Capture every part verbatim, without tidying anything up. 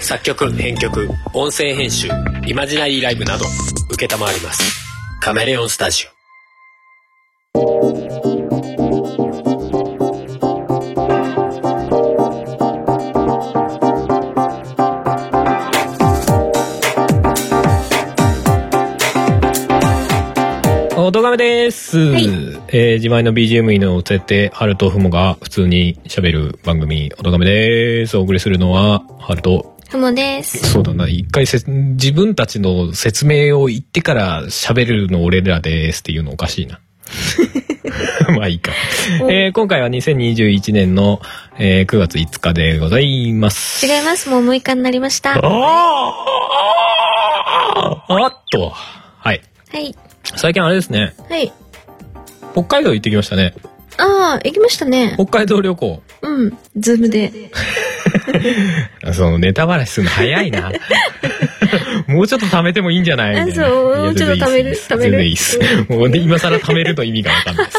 作曲編曲音声編集イマジナリーライブなど承ります。カメレオンスタジオ。おとがめです、はい。えー、自前の ビージーエム に乗せてハルとフモが普通に喋る番組おとがめです。お送りするのはハルとフモです。 そうだな、一回せ自分たちの説明を言ってから喋るの俺らですっていうのおかしいな。まあいいか。えー、今回はにせんにじゅういちねんの、えー、くがついつかでございます。 違います。もうむいかになりました。 あああっとはいはい最近あれですね。 はい。 北海道行ってきましたね。 ああ、行きましたね。 北海道旅行。 うん、ズームで。 そのネタバラシするの早いな。もうちょっと貯めてもいいんじゃないみたいな。 あ、そう、もうちょっと貯める、貯める。 全然いいっす。もう今更貯めると意味がわかんないです。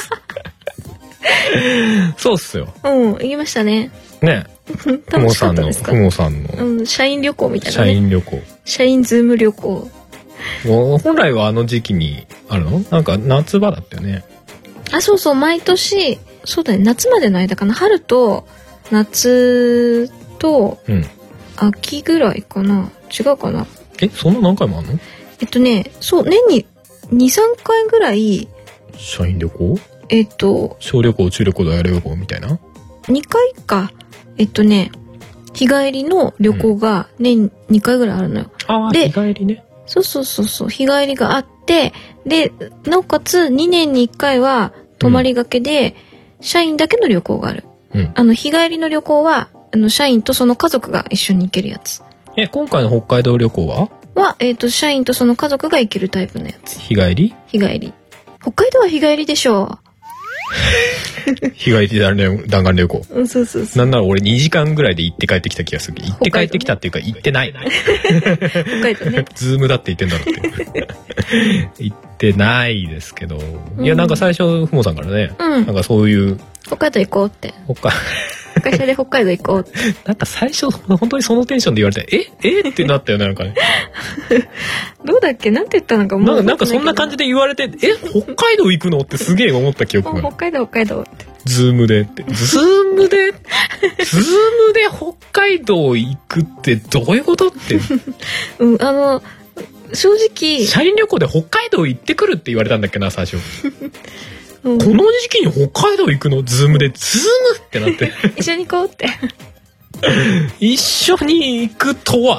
そうっすよ。 うん、行きましたね。 ね。 楽しかったですか？ ふもさんの。 うん、社員旅行みたいなね。 社員旅行。 社員ズーム旅行。 もう本来はあの時期にあるの？なんか夏場だったよね。 あ、そうそう、毎年そうだね、夏までの間かな。春と夏と秋ぐらいかな、違うかな。 え、そんな何回もあんの？ えっとね、そう年ににさんかいぐらい。 社員旅行？ えっと小旅行、中旅行、大旅行みたいな。 にかいか。えっとね、日帰りの旅行が年にかいぐらいあるのよ。 うん、ああ、日帰りね。 そうそうそうそう、日帰りがあって、でなおかつにねんにいっかいは泊まりがけで、うん、社員だけの旅行がある。うん、あの日帰りの旅行はあの社員とその家族が一緒に行けるやつ。 え、今回の北海道旅行は？ はえっと社員とその家族が行けるタイプのやつ。 日帰り？ 日帰り。北海道は日帰りでしょう。 日帰り弾丸旅行。 うん、そうそうそう。 なんなら俺にじかんぐらいで行って帰ってきた気がする。行って帰ってきたっていうか行ってない。 北海道ね。 ズームだって言ってんだろって行ってないですけど、うん、いやなんか最初ふもさんからね、うん、なんかそういう北海道行こうって。 北海会社で北海道行こうって。 なんか最初本当にそのテンションで言われてええってなったよねなんかね。どうだっけ、なんて言ったのかもうなんかそんな感じで言われてえ北海道行くのってすげえ思った記憶が。 北海道北海道って。 ズームでってズームでズームで北海道行くってどういうことって。 うん、あの正直社員旅行で北海道行ってくるって言われたんだっけな最初。うん、この時期に北海道行くのズームでズームってなって一緒に行こうって一緒に行くとは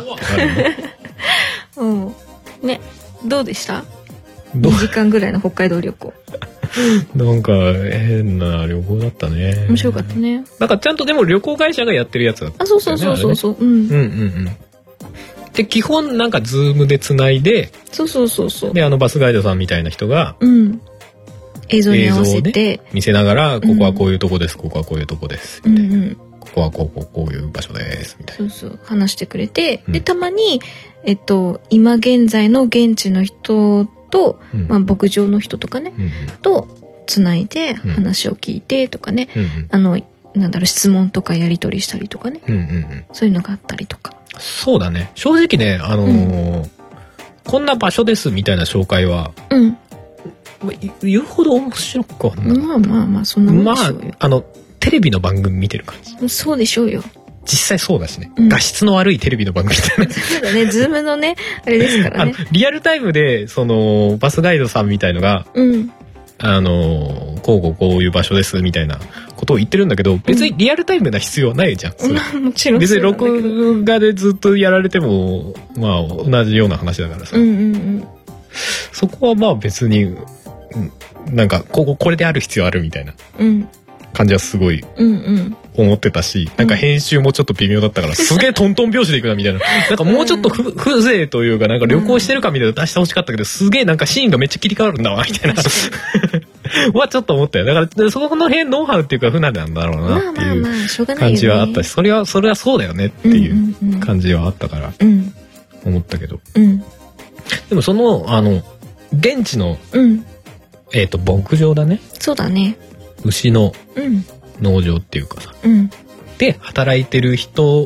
うんね、どうでした？にじかんぐらいの北海道旅行。 なんか変な旅行だったね。 面白かったね。 なんかちゃんとでも旅行会社がやってるやつだった、ね。 あ、そうそうそうそうそう、ね、うん、うんうんうんで基本なんかズームでつないで、 そうそうそうそう。 であのバスガイドさんみたいな人が、 うん、映像に合わせて、 ね、見せながらここはこういうとこです、うん、ここはこういうとこですみたいな、うんうん、ここはこうこうこういう場所ですみたいな。 そうそう話してくれて、うん、でたまにえっと今現在の現地の人と、うんまあ、牧場の人とかね、うんうん、とつないで話を聞いてとかね、うんうん、あのなんだろう質問とかやり取りしたりとかね、うんうんうん、そういうのがあったりとか。 そうだね、正直ね、あのーうん、こんな場所ですみたいな紹介は、うん、言うほど面白くはない。 まあまあまあそんなもんでしょうよ。 まああのテレビの番組見てる感じ。 そうでしょうよ。 実際そうだしね、うん、画質の悪いテレビの番組みたいな。 そうだね、ズームのねあれですからね。 あのリアルタイムでそのバスガイドさんみたいのが、うん、あのこうこうこういう場所ですみたいなことを言ってるんだけど、別にリアルタイムな必要はないじゃん。 うん、もちろん別に録画でずっとやられてもまあ同じような話だからさ、うんうんうん、そこはまあ別になんかこここれである必要あるみたいな感じはすごい思ってたし、うんうん、なんか編集もちょっと微妙だったからすげえトントン拍子でいくなみたいな、なんかもうちょっとふ風情というかなんか旅行してるかみたいなの出してほしかったけど、すげえなんかシーンがめっちゃ切り替わるんだわみたいなはちょっと思ったよ。だからそこの辺ノウハウっていうか不慣れなんだろうなっていう感じはあったし、それはそれはそうだよねっていう感じはあったから思ったけど、うんうん、でもそのあの現地の、うんえーと牧場だね。 そうだね。 牛の農場っていうかさ、うん、で働いてる人を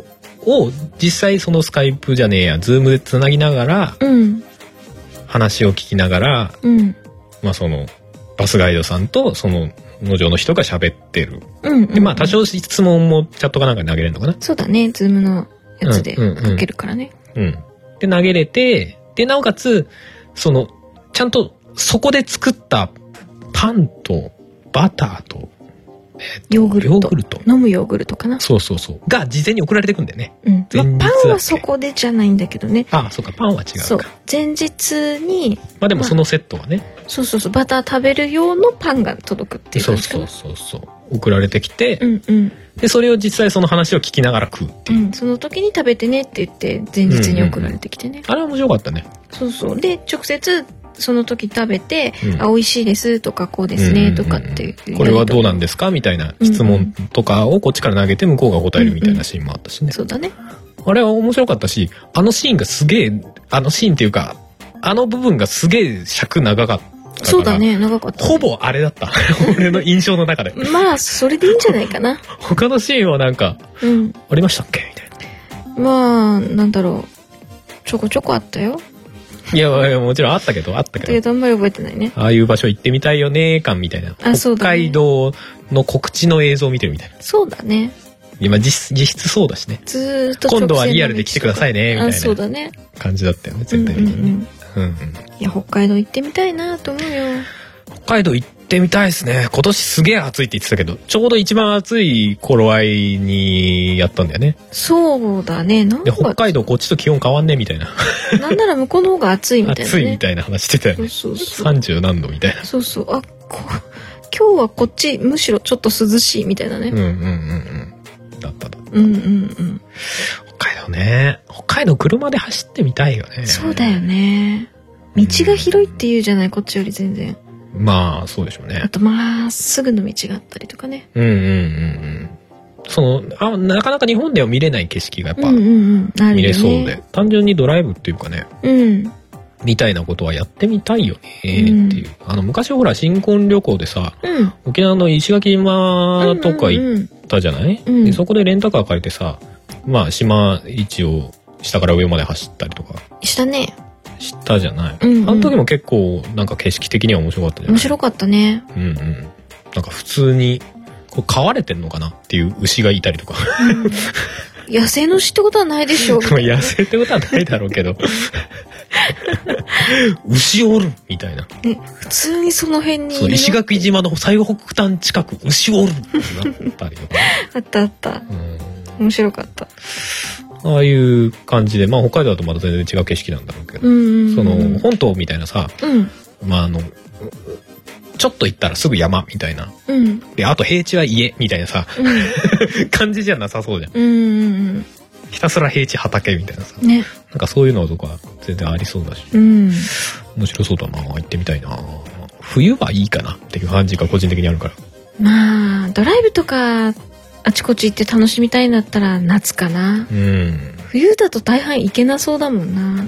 を実際そのスカイプじゃねえやズームでつなぎながら、うん、話を聞きながら、うん、まあそのバスガイドさんとその農場の人が喋ってる、うんうんうん、でまあ多少質問もチャットかなんかに投げれるのかな。 そうだね、ズームのやつで書けるからね、 うんうんうん、で投げれて、でなおかつそのちゃんとそこで作ったパンとバターと、 えー、ヨーグルト、ヨーグルト飲むヨーグルトかな。 そうそうそうが事前に送られてくんだよね、 うん、まあ、パンはそこでじゃないんだけどね。 ああそうか、パンは違うか。そう前日にまあでもそのセットはね、まあ、 そうそうそうバター食べる用のパンが届くっていう感じかな。 そうそうそうそう送られてきて、 うんうん、でそれを実際その話を聞きながら食うっていう、 うん、その時に食べてねって言って前日に送られてきてね、 うんうんうん、あれは面白かったね。 そうそうで直接その時食べて、うん、あ美味しいですとかこうですね、うんうんうん、とかってこれはどうなんですかみたいな質問とかをこっちから投げて向こうが答えるみたいなシーンもあったしね、うんうん、 そうだね。 あれは面白かったし、あのシーンがすげえあのシーンっていうかあの部分がすげえ尺長かった。 そうだね、長かった、ね、 ほぼあれだった俺の印象の中でまあそれでいいんじゃないかな他のシーンはなんか、うん、ありましたっけみたいな。 まあなんだろう、ちょこちょこあったよ。 いやもちろんあったけどあったけどあんまり覚えてないね。 ああいう場所行ってみたいよね感みたいな、あ、そうだね、北海道の告知の映像を見てるみたいな。 そうだね、 今 実, 実質そうだしね。 ずっと今度はリアルで来てくださいねみたいなそうだね感じだったよね絶対的にね、うんうんうんうん、いや北海道行ってみたいなと思うよ。 北海道行ってみたいですね。今年すげえ暑いって言ってたけどちょうど一番暑い頃合いにやったんだよね。 そうだね。なんで北海道こっちと気温変わんねみたいななんなら向こうの方が暑いみたいな、ね、 暑いみたいな話してたよね。そうそうそうさんじゅう何度みたいな。 そうそう、あこ今日はこっちむしろちょっと涼しいみたいなね。うんうんうんうんだっただった。 うんうんうん北海道ね、北海道車で走ってみたいよね。 そうだよね。道が広いっていうじゃない、こっちより全然。まあそうでしょうね。 あとまっすぐの道があったりとかね。 うんうんうんうん。そのあなかなか日本では見れない景色がやっぱ、うんうんうん、見れそうで、ね、単純にドライブっていうかね、うん、みたいなことはやってみたいよねっていう、うん、あの昔ほら新婚旅行でさ、うん、沖縄の石垣島とか行ったじゃない、うんうんうん、でそこでレンタカー借りてさ、まあ島一を下から上まで走ったりとかしたね。 したじゃない、うんうん、あの時も結構なんか景色的には面白かったじゃない。 面白かったね。 うんうん。なんか普通にこう飼われてんのかなっていう牛がいたりとか、 うん、野生の牛ってことはないでしょう野生ってことはないだろうけど牛おるみたいな、 ね、普通にその辺にいるそう石垣島の最北端近く牛おるってなったりとかあったあった、うん、面白かった。 ああいう感じで、まあ北海道だとまた全然違う景色なんだろうけど、うんうんうん、その本島みたいなさ、うん、まああのちょっと行ったらすぐ山みたいな、うん、であと平地は家みたいなさ、うん、感じじゃなさそうじゃん、うんうんうん、ひたすら平地畑みたいなさ、ね、なんかそういうのとか全然ありそうだし、うん、面白そうだな、行ってみたいな。冬はいいかなっていう感じが個人的にあるから。 まあドライブとかあちこち行って楽しみたいんだったら夏かな、うん、冬だと大半行けなそうだもんな、うん、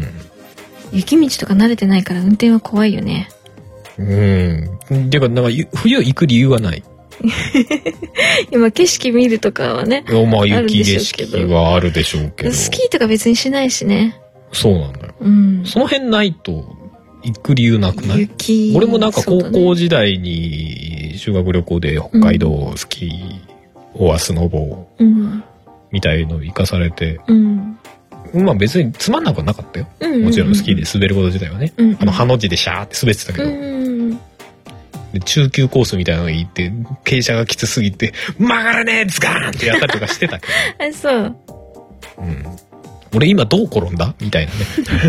雪道とか慣れてないから運転は怖いよね。 うんていうかなんか冬行く理由はない今景色見るとかはね、 まあ雪景色はあるでしょうけどスキーとか別にしないしね。 そうなんだよ、うん、その辺ないと行く理由なくない？雪俺もなんか高校時代に修学旅行で北海道スキー、オアスノボーみたいの行かされて、うん、まあ別につまんなくはなかったよ、うんうんうん、もちろんスキーで滑ること自体はね、うんうん、あのハの字でシャーって滑ってたけど、うんうん、で中級コースみたいなのに行って傾斜がきつすぎて曲がらねえズガーンってやったりとかしてたけどあそう、 うん、俺今どう転んだみたいなね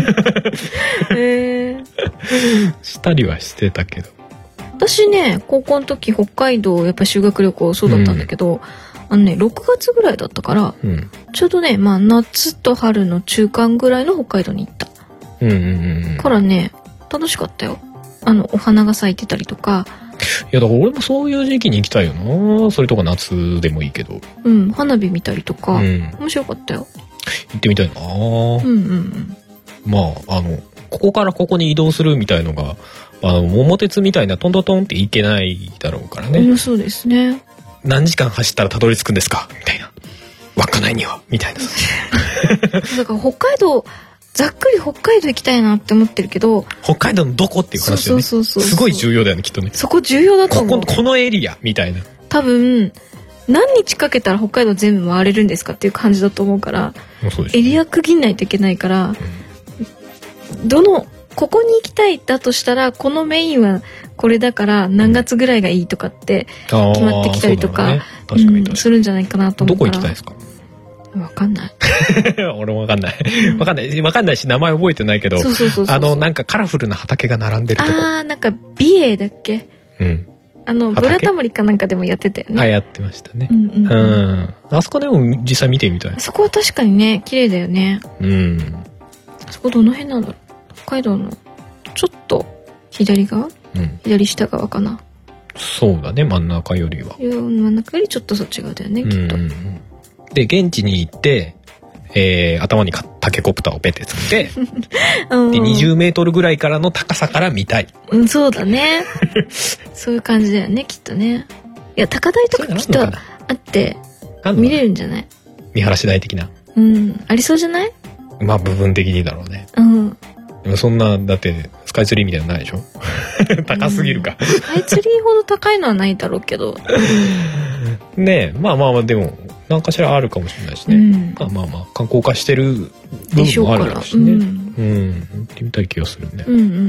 へーしたりはしてたけど、 私ね高校の時北海道やっぱ修学旅行そうだったんだけど、うん、あのねろくがつぐらいだったから、うん、ちょうどねまあ夏と春の中間ぐらいの北海道に行った、うんうんうん、からね楽しかったよ。あのお花が咲いてたりとか。 いやだから俺もそういう時期に行きたいよな。それとか夏でもいいけど、 うん花火見たりとか、うん、面白かったよ。 行ってみたいな。うんうんうん。まああのここからここに移動するみたいのがあの桃鉄みたいなトントントンって行けないだろうからね、 うん、そうですね。 何時間走ったらたどり着くんですかみたいな。 稚内にはみたいなだから北海道ざっくり北海道行きたいなって思ってるけど、 北海道のどこっていう話だよね。そうそうそうそう、すごい重要だよねきっとね。 そこ重要だと思う。 ここ、このエリアみたいな。 多分何日かけたら北海道全部回れるんですかっていう感じだと思うから、 そうですね、 エリア区切んないといけないから、うん、どのここに行きたいだとしたらこのメインはこれだから何月ぐらいがいいとかって決まってきたりとか、うん、するんじゃないかなと思うから。 どこ行きたいですか？ わかんない俺もわかんないわかんないわかんないし名前覚えてないけど、 そうそうそうそう、 あのなんかカラフルな畑が並んでるとこ。 あーなんか美瑛だっけ、うん、あのブラタモリかなんかでもやってたよね。 あ、やってましたね。 うんうんうん、 うん、あそこでも実際見てみたい。 そこは確かにね綺麗だよね。 うん。 あそこどの辺なんだろう。北海道のちょっと左側、うん、左下側かな。 そうだね、真ん中よりは。 真ん中よりちょっとそっち側だよね、きっと。うんうんうん、 で現地に行って、えー、頭にタケコプターをペッてつけてでにじゅうメートルぐらいからの高さから見たい。 うん、そうだねそういう感じだよねきっとね。いや高台とかきっとあって見れるんじゃない？ 見晴らし台的な。 うん、ありそうじゃない？ まあ部分的にだろうね。 うん。 でもそんなだってスカイツリーみたいなのないでしょ高すぎるか、 うん、スカイツリーほど高いのはないだろうけどねえ、まあまあまあでも何かしらあるかもしれないしね、うん、まあまあまあ観光化してる部分もあるだろうしね。うん、うん、行ってみたい気がするね。うんうんうんうん、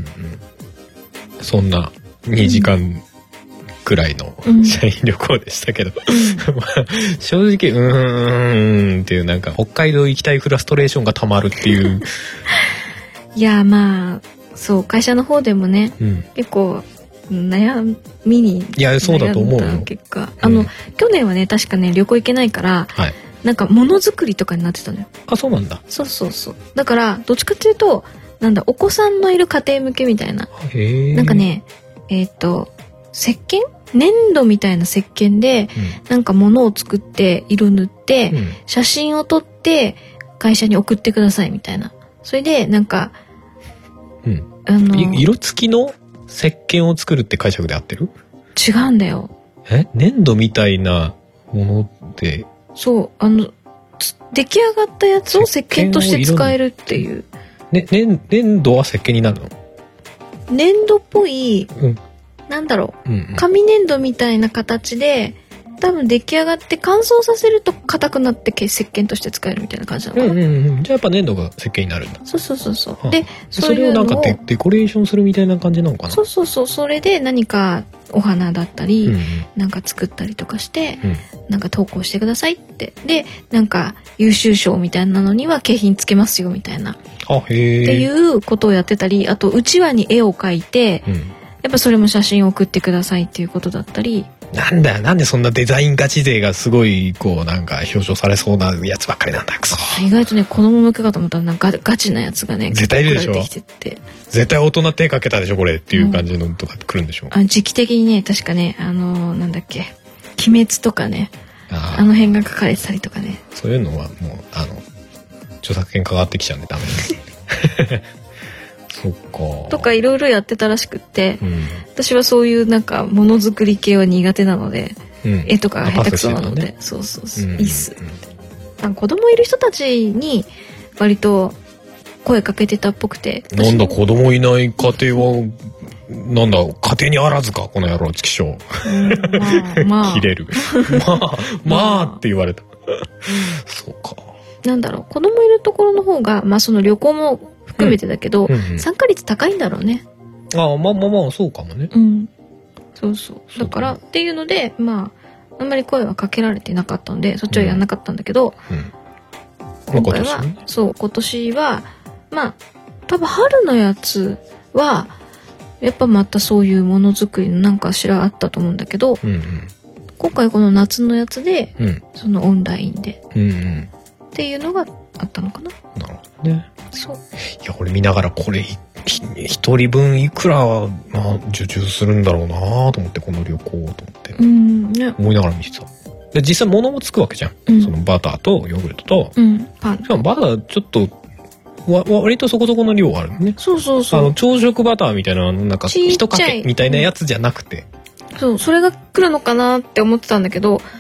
そんなにじかんくらいの社員旅行でしたけど、うんまあ、正直うーんっていうなんか北海道行きたいフラストレーションがたまるっていういやまあそう会社の方でもね、うん、結構悩みにいやそうだと思うよ。 結果あの、うん、去年はね確かね旅行行けないから、はい、なんかものづくりとかになってたのよ。 あ、そうなんだ。 そうそうそう。だからどっちかっていうとなんだお子さんのいる家庭向けみたいな。へなんかねえっ、ー、と石鹸粘土みたいな石鹸で、うん、なんか物を作って色塗って、うん、写真を撮って会社に送ってくださいみたいな。それでなんか、 うん、あの色付きの石鹸を作るって解釈で合ってる？ 違うんだよ。 え、粘土みたいなものってそうあの出来上がったやつを石鹸として使えるっていう。 ね、ね、粘土は石鹸になるの？ 粘土っぽい、うん、なんだろう、うんうん、紙粘土みたいな形で多分出来上がって乾燥させると硬くなって石鹸として使えるみたいな感じなのかな、うんうんうん、 じゃあやっぱ粘土が石鹸になるんだ。 そうそうそうそう、はあ、 でそれをなんか デ, デコレーションするみたいな感じなのかな。 そうそうそう、それで何かお花だったり、うんうん、なんか作ったりとかして、うん、なんか投稿してくださいってでなんか優秀賞みたいなのには景品つけますよみたいなあへーっていうことをやってたり、あとうちわに絵を描いて、うん、やっぱそれも写真を送ってくださいっていうことだったり。 なんだよ、なんでそんなデザインガチ勢がすごいこうなんか表彰されそうなやつばっかりなんだ。くそ。 意外とね子供向けかと思ったらなんかガチなやつがね絶対いるでしょ。絶対大人手かけたでしょこれっていう感じのとか来るんでしょ。 あ時期的にね確かねあのー、なんだっけ鬼滅とかね あ, あの辺が書かれてたりとかね。 そういうのはもうあの著作権関わってきちゃうんでダメです。そっかとかいろいろやってたらしくって、うん、私はそういうなんかものづくり系は苦手なので、うん、絵とかが下手くそなので、ね、そうそうそう、うん、いいっす、うん、子供いる人たちに割と声かけてたっぽくて。 なんだ子供いない家庭はなんだ家庭にあらずかこの野郎チキショー、うん、まあまあ切れるまあまあって言われたそうか。 なんだろう子供いるところの方がまあその旅行も含めてだけど、うんうんうん、参加率高いんだろうね。 ああまあまあまあそうかもね。 うん。そうそうだからっていうのでまああんまり声はかけられてなかったんでそっちはやんなかったんだけど、うんうん、今回は、まあ今年ね、そう今年はまあ多分春のやつはやっぱまたそういうものづくりのなんかしらあったと思うんだけど、うんうん、今回この夏のやつで、うん、そのオンラインで、うんうん、っていうのがあったのかな。 なるほどね。 そういやこれ見ながらこれ一人分いくら、まあ、受注するんだろうなと思ってこの旅行と思って、うんね、思いながら見てた。で実際物もつくわけじゃん、うん、そのバターとヨーグルトと、うん、パン。しかもバターちょっとわ割とそこそこの量あるね。 そうそうそう。 あの朝食バターみたいななんか一かけみたいなやつじゃなくて、 うん、そうそれが来るのかなって思ってたんだけど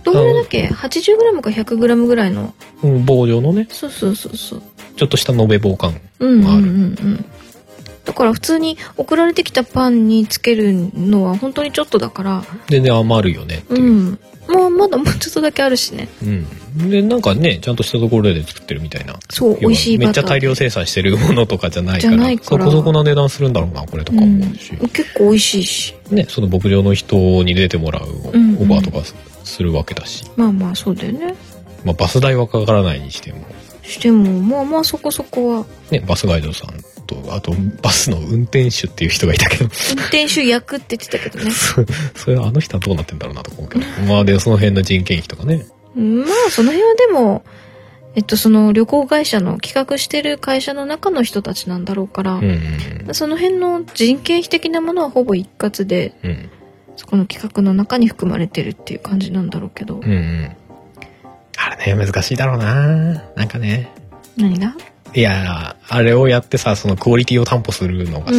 どんぐらいだっけ ?はちじゅうグラム か ひゃくグラム ぐらいの、 うん、棒状のね。 そうそうそうそう。 ちょっとした延べ棒感がある。 うんうんうんうん。だから普通に送られてきたパンにつけるのは本当にちょっとだから。 全然余るよねっていう。 うん。もうまだもうちょっとだけあるしね。 うん。で、なんかね、ちゃんとしたところで作ってるみたいな。 そう、美味しいバター。 めっちゃ大量生産してるものとかじゃないから。 じゃないから。 そこそこな値段するんだろうな、これとか思うし。 うん、結構美味しいし。 ね、その牧場の人に出てもらうオファーとかするわけだし。 うんうん、まあまあ、そうだよね。 まあ、バス代はかからないにしても。 しても、まあまあそこそこは。 ね、バスガイドさんと、あと、バスの運転手っていう人がいたけど。 運転手役って言ってたけどね。 そ, それはあの人はどうなってんだろうなと思うけど。まあ、で、その辺の人件費とかね。 まあ、その辺はでも、えっと、その旅行会社の企画してる会社の中の人たちなんだろうから、うんうん、その辺の人件費的なものはほぼ一括で、うん、そこの企画の中に含まれてるっていう感じなんだろうけど。うんうん、 あれね、難しいだろうな。なんかね。 何が？ いや、あれをやってさ、そのクオリティを担保するのがさ、うん、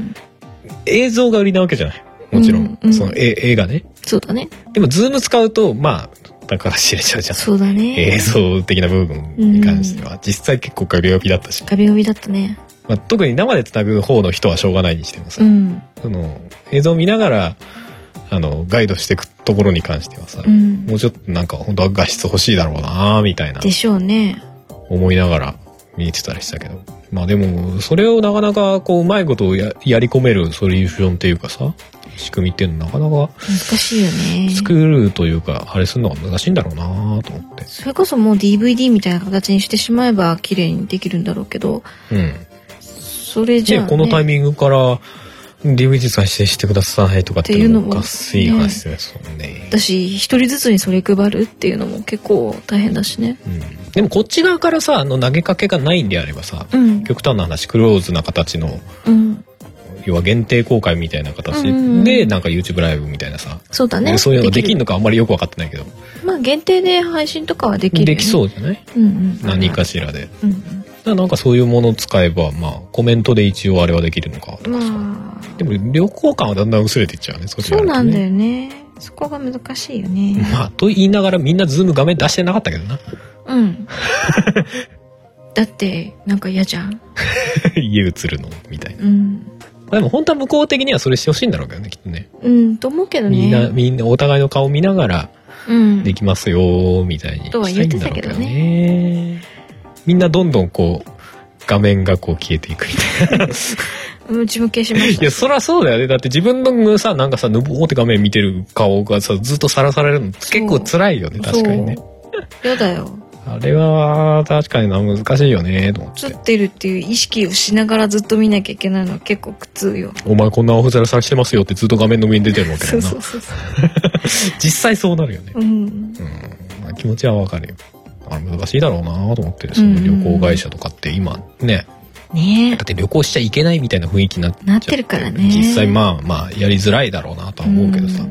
映像が売りなわけじゃない。もちろん、うんうん、その絵がね。 そうだね。 でもズーム使うと、まあ、だから知れちゃうじゃん。 そうだね。 映像的な部分に関しては、うん、実際結構ガビガビだったし。 ガビガビだったね。 まあ、特に生で繋ぐ方の人はしょうがないにしてもさ、うん、その映像を見ながらあのガイドしていくところに関してはさ、うん、もうちょっとなんか本当は画質欲しいだろうなみたいな。 でしょうね。 思いながら見てたりしたけど、まあでもそれをなかなかこううまいことを や, やり込めるソリューションっていうかさ、仕組みっていうのはなかなか難しいよね。 作るというかあれするのが難しいんだろうなと思って。 それこそもう ディーブイディー みたいな形にしてしまえば綺麗にできるんだろうけど、うん、それじゃあ、ね、 このタイミングから ディーブイディー 再生してくださいとかっていうのもおかしい話ですもんね。 私一人ずつにそれ配るっていうのも結構大変だしね、 うん、でもこっち側からさあの投げかけがないんであればさ、うん、極端な話クローズな形の、うん、要は限定公開みたいな形で、うん、なんか YouTube ライブみたいなさ、 そうだね、 そういうのができるのかあんまりよく分かってないけど、 まあ限定で配信とかはできる、ね、 できそうじゃない、うんうん、何かしらで、うんうん、だなんかそういうものを使えばまあコメントで一応あれはできるのかとかさ、まあ、でも旅行感はだんだん薄れていっちゃうね。そっちやるとね。そうなんだよね。そこが難しいよね。まあと言いながらみんなズーム画面出してなかったけどな。うんだってなんか嫌じゃん家映るのみたいな、うん、でも本当は向こう的にはそれしてほしいんだろうけどねきっとね。うんと思うけどね。みんなみんなお互いの顔見ながらできますよみたいにしたいんだろうけどね。とは言ってたけどね。みんなどんどんこう画面がこう消えていくみたいなうちも消しました。いやそりゃそうだよね。だって自分のさなんかさぬぼーって画面見てる顔がさずっとさらされるの結構辛いよね。確かにね。やだよ。あれは確かに難しいよねと思って。映ってるっていう意識をしながらずっと見なきゃいけないのは結構苦痛よ。お前こんなおふざらさしてますよってずっと画面の上に出てるわけだよな。そうそうそう実際そうなるよね。うん、うん、まあ、気持ちはわかるよ。あ難しいだろうなと思って、その旅行会社とかって今ね、ねだって旅行しちゃいけないみたいな雰囲気になっちゃってなってるからね。実際まあまあやりづらいだろうなとは思うけどさ、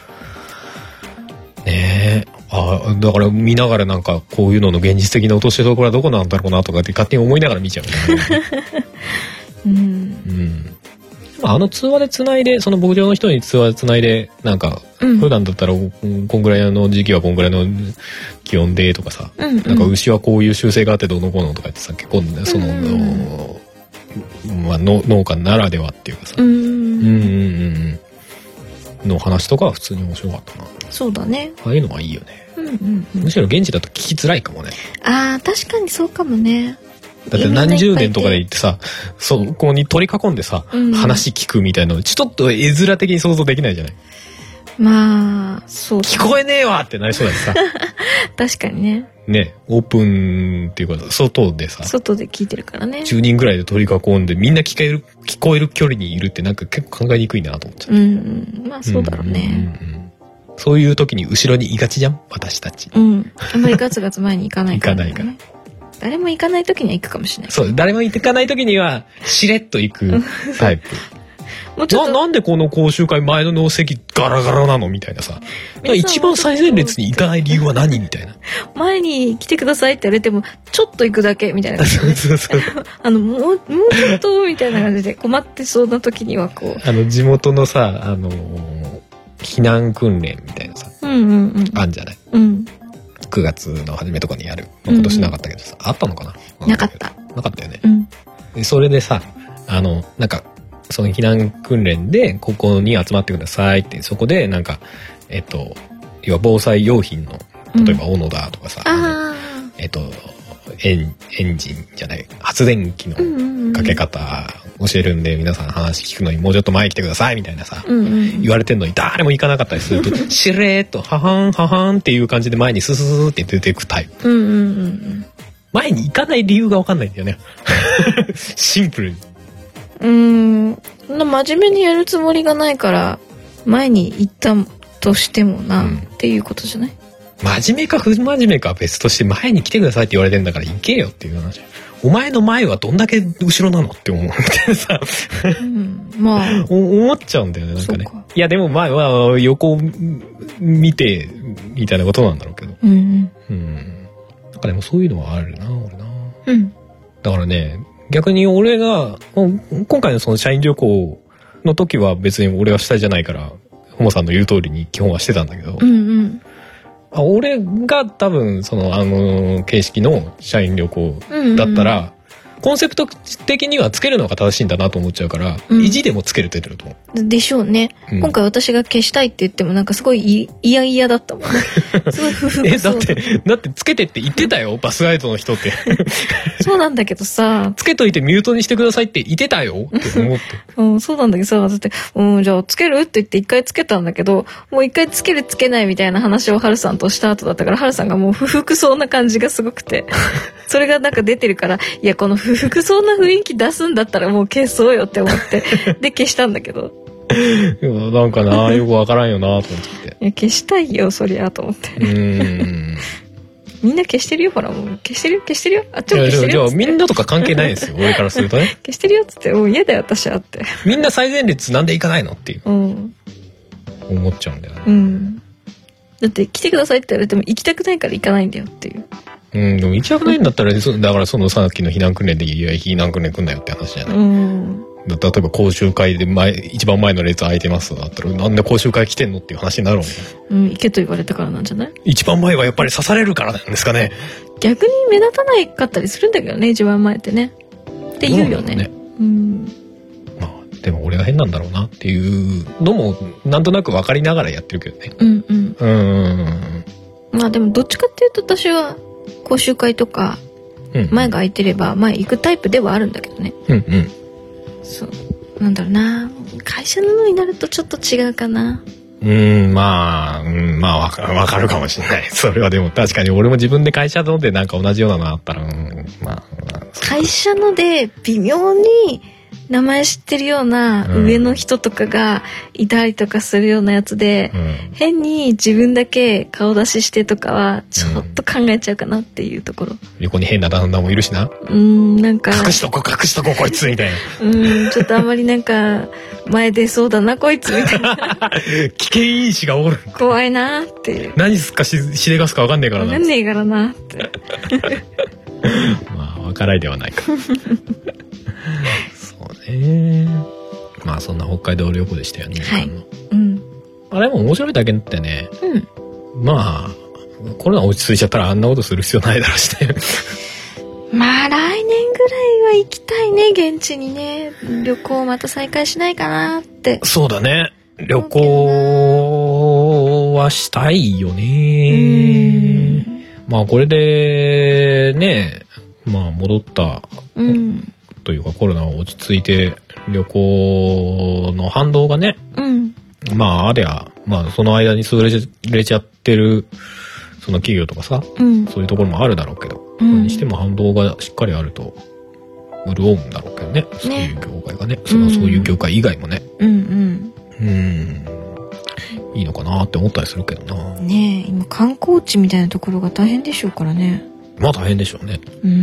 ねえ、あだから見ながらなんかこういうのの現実的な落としどころはどこなんだろうなとかって勝手に思いながら見ちゃう、ねうん、うんあの通話でつないでその牧場の人に通話でつないでなんか、うん、普段だったらこんぐらいの時期はこんぐらいの気温でとかさ、うんうん、なんか牛はこういう習性があってどうのこうのとか言ってさ結構その、うんうんまあ、の農家ならではっていうかさ、うん、うんうんうんの話とかは普通に面白かったな。そうだね。ああいうのはいいよね、うんうんうん、むしろ現地だと聞きづらいかもね。あー確かにそうかもね。だって何十年とかで行ってさそこに取り囲んでさ、うん、話聞くみたいなのちょっと絵面的に想像できないじゃない。まあそう、ね、聞こえねえわってなりそうだしさ確かにね。ねオープンっていうか外でさ外で聞いてるからねじゅうにんぐらいで取り囲んでみんな聞こえる聞こえる距離にいるってなんか結構考えにくいなと思っちゃう。うんうんまあそうだろうね、うんうんうん、そういう時に後ろにいがちじゃん私たち。うんあんまりガツガツ前に行かないから、ね、行かないから誰も行かない時には行くかもしれない。そう誰も行かない時にはしれっと行くタイプもうちょっと な, なんでこの講習会前の席ガラガラなのみたいなさ一番最前列に行かない理由は何みたいな前に来てくださいって言われてもちょっと行くだけみたいなそうそうそうあのもうもうちょっとみたいな感じで困ってそうな時にはこうあの地元のさあのー、避難訓練みたいなさ、ううんうんうん、 あんじゃない、 うん、 くがつの初めとかにやる、まあ、今年なかったけどさ、うんうん、あったのかな、 なかったなかったよね、 うん、 でそれでさあのなんかその避難訓練でここに集まってくださいって、そこでなんかえっと要は防災用品の例えばオノダとかさ、 うん、 えっとエン、エンジンじゃない発電機のかけ方教えるんで、皆さん話聞くのにもうちょっと前来てくださいみたいなさ、 うんうん、 言われてんのに誰も行かなかったりするとしれーっとははんははんっていう感じで前にスススって出ていくタイプ、 うんうんうん、 前に行かない理由が分かんないんだよねシンプルに。 うーん、そんな真面目にやるつもりがないから前に行ったとしてもな、うん、っていうことじゃない。 真面目か不真面目かは別として前に来てくださいって言われてんだから行けよっていう話。お前の前はどんだけ後ろなのって思うみたいなさ、 うん、まあ思っちゃうんだよね、なんかね。かいやでも前は横見てみたいなことなんだろうけど、 うんうんうん、なんかでもそういうのはあるな俺な、 うん、 だからね逆に俺が今回のその社員旅行の時は別に俺は主体じゃないからホモさんの言う通りに基本はしてたんだけど、 うんうん、 あ俺が多分そのあの形式の社員旅行だったら、うんうん、コンセプト的にはつけるのが正しいんだなと思っちゃうから、うん、意地でもつけるって言ってると思う。でしょうね、うん、今回私が消したいって言ってもなんかすごい嫌々だったもんねすごい不服えだってだってつけてって言ってたよバスガイドの人ってそうなんだけどさつけといてミュートにしてくださいって言ってたよって思ってうん、そうなんだけどさだって、うん、じゃあつけるって言って一回つけたんだけどもう一回つけるつけないみたいな話をハルさんとした後だったからハルさんがもう不服そうな感じがすごくてそれがなんか出てるからいやこの不服そうな雰囲気出すんだったらもう消そうよって思ってで消したんだけどなんかなよくわからんよなと思っていや消したいよそりゃと思ってうーんみんな消してるよほらもう消してるよ消してるよあっちも消してるよいやみんなとか関係ないですよ俺からするとね消してるよっつってもう嫌だよ私はってみんな最前列なんで行かないのっていう、 うん、 思っちゃうんだよね、 うん、だって来てくださいって言われても行きたくないから行かないんだよっていううん、でも行きたくないんだったら、だからそのさっきの避難訓練でいや避難訓練来んなよって話じゃない、うん、例えば講習会で前一番前の列空いてますだったらなんで講習会来てんのっていう話になるもんね、 うん、行けと言われたからなんじゃない。 一番前はやっぱり刺されるからなんですかね。 逆に目立たないかったりするんだけどね一番前ってねって言うよね。うん、 まあでも俺が変なんだろうなっていうのもなんとなく分かりながらやってるけどね。 うんうん。 うんまあでもどっちかっていうと私は講習会とか前が空いてれば前行くタイプではあるんだけどね。 うんうん。 そうなんだろうな会社のになるとちょっと違うかな。 うんまあ、うん、まあわか、わかるかもしれない。それはでも確かに俺も自分で会社のでなんか同じようなのあったら、うん、まあ、まあ、 会社ので微妙に名前知ってるような上の人とかがいたりとかするようなやつで、うん、変に自分だけ顔出ししてとかはちょっと考えちゃうかなっていうところ、うん、 横に変な旦那もいるしな。 うんなんか隠しとこ隠しとここいつみたいな。 うんちょっとあんまりなんか前出そうだなこいつみたいな危険因子がおる怖いなっていう何すかししでがすか分かんねえからな分かんねえからなってまあ分からないではないかそうねまあそんな北海道旅行でしたよね、 はいうん、 あれも面白いだけってね、 うん、 まあコロナ落ち着いちゃったらあんなことする必要ないだろうしねまあ来年ぐらいは行きたいね現地にね旅行また再開しないかなって。 そうだね旅行はしたいよね。まあこれでねまあ戻った、 うん、 というかコロナ落ち着いて旅行の反動がね、 うん、 まあありゃまあその間に潰れちゃってるその企業とかさ、 うん、 そういうところもあるだろうけど、 うん、 にしても反動がしっかりあると潤うんだろうけどね、そういう業界がね、そのそういう業界以外もね、 うんうんうんいいのかなって思ったりするけどな。 ねえ今観光地みたいなところが大変でしょうからね。 まあ大変でしょうね。 うん、 うん、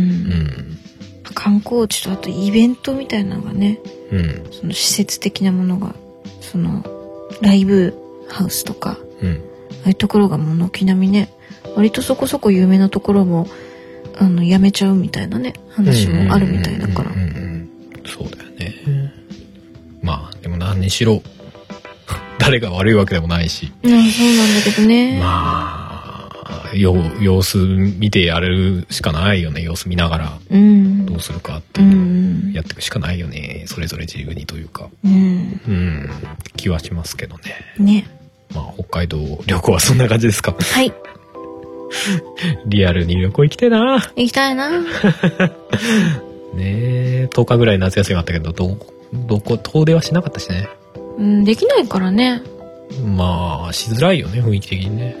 観光地とあとイベントみたいなのがね、 うん、 その施設的なものがそのライブハウスとか、 うん、 ああいうところがもう軒並みね割とそこそこ有名なところもあのやめちゃうみたいなね話もあるみたいだから。 そうだよね。まあでも何にしろ大誰が悪いわけでもないし。 うん、そうなんだけどね。 まあ、よ様子見てやるしかないよね。様子見ながら、 うん、 どうするかっていう、やっていくしかないよね。それぞれ自由にというか。 うん。 うん、気はしますけどね。 ね。 まあ、北海道旅行はそんな感じですか。 はい。 リアルに旅行行きたいな。 行きたいな。ねえ、とおかぐらい夏休みあったけど、ど、どこ、遠出はしなかったしね。 うん、できないからね。 まあ、しづらいよね、雰囲気的にね。 うん。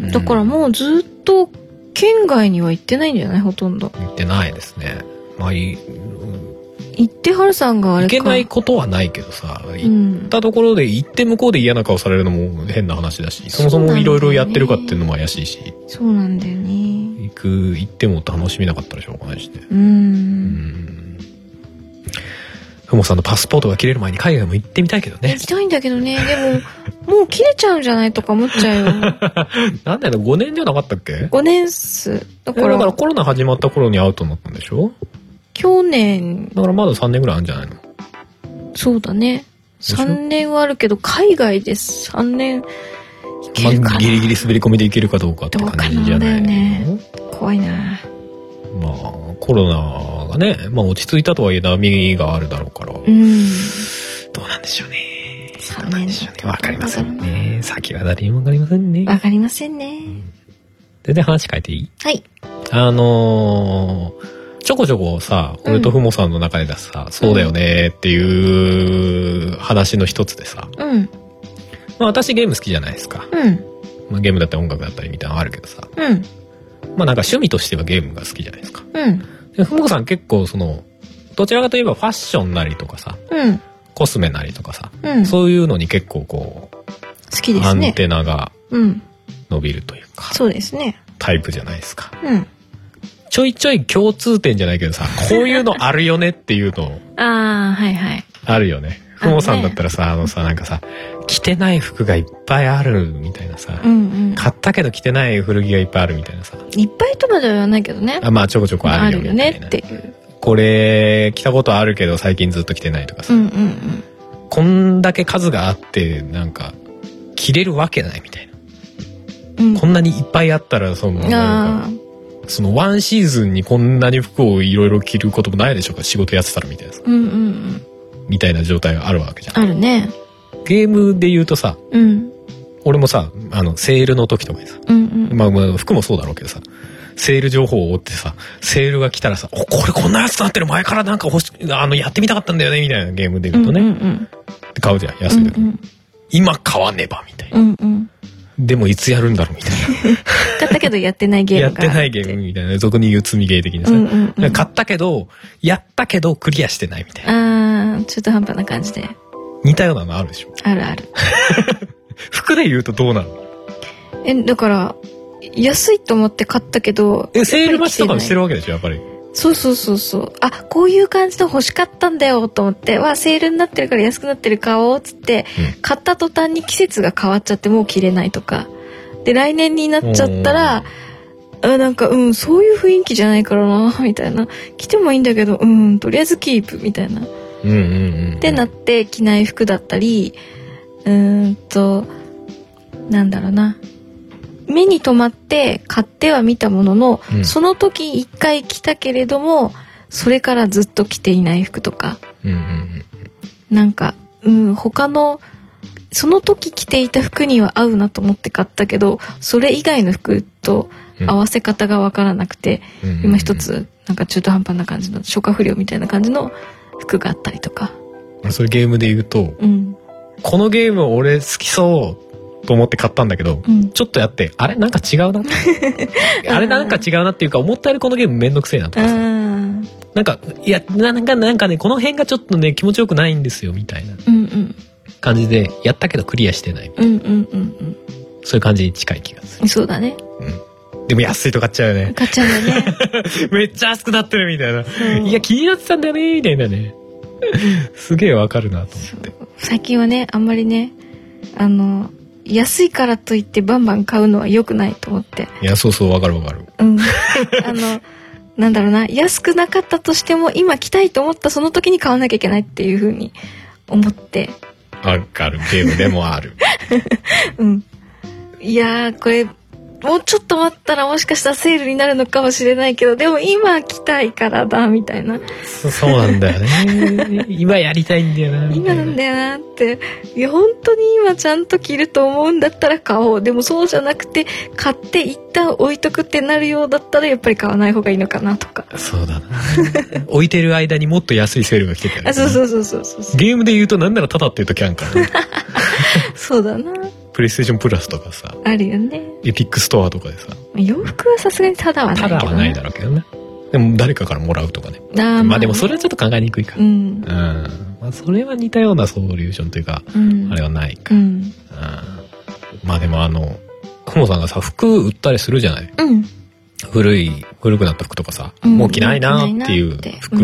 だからもうずっと県外には行ってないんじゃないほとんど。 行ってないですね。まあ、いい。 行ってはるさんがあれか。 行けないことはないけどさ、行ったところで行って向こうで嫌な顔されるのも変な話だし、そもそもいろいろやってるかっていうのも怪しいし。 そうなんだよね。 行く、行っても楽しみなかったらしょうがないしね。 うん。うんふもさんのパスポートが切れる前に海外も行ってみたいけどね。 行きたいんだけどね。でも、もう切れちゃうんじゃないとか思っちゃうよ。 なんだよ、ごねんじゃなかったっけ ? ご 年っす。 だから、だからコロナ始まった頃にアウトになったんでしょ？ 去年。 だからまださんねんぐらいあるんじゃないの？ そうだね。さんねんはあるけど、海外でさんねんいけるかな、まあ、 ギリギリ滑り込みでいけるかどうかって感じじゃないの？ ね、怖いな。 まあ、コロナがね、まあ落ち着いたとはいえ波があるだろうから。うん。どうなんでしょうね。 さんねんでしょうね。わかりませんね。先は誰にもわかりませんね。 わかりませんね。 全然話変えていい？ はい。 あのー、ちょこちょこさ、俺とふもさんの中でださ、うん、そうだよねっていう話の一つでさ、うん、まあ私ゲーム好きじゃないですか。うん、まあゲームだったり音楽だったりみたいなのあるけどさ、うん、まあなんか趣味としてはゲームが好きじゃないですか。うん、でふもさん結構そのどちらかといえばファッションなりとかさ、うん、コスメなりとかさ、うん、そういうのに結構こう好きですね。 アンテナが伸びるというか、 うん、そうですね。 タイプじゃないですか。うん。ちょいちょい共通点じゃないけどさ、こういうのあるよねっていうのああ、はいはい。 あるよね。ふもさんだったらさ、あのさ、なんかさ、着てない服がいっぱいあるみたいなさ、うんうん、買ったけど着てない古着がいっぱいあるみたいなさ。 いっぱいとまでは言わないけどね。 あ、まあちょこちょこあるよね。 あるよねっていう。 これ、着たことあるけど最近ずっと着てないとかさ。うんうんうん、こんだけ数があって、なんか、着れるわけないみたいな。うん、こんなにいっぱいあったら、その、なんか、そのワンシーズンにこんなに服をいろいろ着ることもないでしょうか、仕事やってたらみたいなさ、うんうんうん、みたいな状態があるわけじゃん。 あるね。 ゲームで言うとさ、うん、俺もさ、あのセールの時とかにさ、うんうん、まあまあ服もそうだろうけどさ、セール情報を追ってさ、セールが来たらさ、お、これこんなやつなってる、前からなんか欲しあのやってみたかったんだよねみたいなゲームで言うとね、うんうんうん、買うじゃん、安い時、うんうん、今買わねばみたいな。うんうん、でもいつやるんだろうみたいな。 買ったけどやってないゲームがやってないゲームみたいな。俗に言う積みゲー的なさ、うんうんうん。買ったけど、やったけどクリアしてないみたいな。あー、中途半端な感じで。 似たようなのあるでしょ。 あるある。 服で言うとどうなの？ え、だから、安いと思って買ったけど。 え、セール待ちとかしてるわけでしょ、やっぱり。 そうそうそうそう。あ、こういう感じの欲しかったんだよと思って、わ、セールになってるから安くなってる買おうっつって、うん、買った途端に季節が変わっちゃってもう着れないとか。で、来年になっちゃったら、あ、なんか、うん、そういう雰囲気じゃないからな、みたいな。着てもいいんだけど、うん、とりあえずキープ、みたいな。うんうんうんうん、ってなって着ない服だったり、うーんと、なんだろうな。目に留まって買ってはみたものの、うん、その時一回着たけれども、それからずっと着ていない服とか。うんうんうん、なんか、うん、他の、その時着ていた服には合うなと思って買ったけど、それ以外の服と合わせ方が分からなくて、うん、今一つなんか中途半端な感じの消化不良みたいな感じの服があったりとか。 それゲームで言うと、うん、このゲーム俺好きそうと思って買ったんだけど、うん、ちょっとやってあれなんか違うなあれなんか違うなっていうか、思ったよりこのゲームめんどくせえなとかさ、なんかいやなんかなんかねこの辺がちょっとね気持ちよくないんですよみたいな。うんうん感じでやったけどクリアしてないみたいな、うんうんうんうん、そういう感じに近い気がする。 そうだね、 うん、でも安いと買っちゃうよね。 買っちゃうんだねめっちゃ安くなってるみたいな、いや気になってたんだよねみたいなねすげえわかるなと思って。 最近はねあんまりねあの安いからといってバンバン買うのは良くないと思って。 いやそうそうわかるわかる、 うん、あのなんだろうな、安くなかったとしても今着たいと思ったその時に買わなきゃいけないっていう風に思ってわかる。ゲームでもある。 うん。いやー、これ、もうちょっと待ったらもしかしたらセールになるのかもしれないけど、でも今来たいからだ、みたいな。 そ, そうなんだよね。今やりたいんだよな。 今なんだよなって。いや、本当に今ちゃんと着ると思うんだったら買おう。でもそうじゃなくて、買って一旦置いとくってなるようだったらやっぱり買わない方がいいのかなとか。 そうだな。置いてる間にもっと安いセールが来てたよね。 あ、そうそうそうそうそう。 ゲームで言うとなんならタダっていう時あるからね。 そうだな。 プレイステーションプラスとかさ、 あるよね。 エピックストアとかでさ、 洋服はさすがにタダはないけど、ね、 タダはないだろうけどね。でも誰かからもらうとかね。あ、まあ、まあでもそれはちょっと考えにくいか。うん。うん、まあそれは似たようなソリューションというか、うん、あれはないか。うん。うん、まあでもあのクモさんがさ服売ったりするじゃない。うん。古い古くなった服とかさ、うん、もう着ないなっていう服、うん、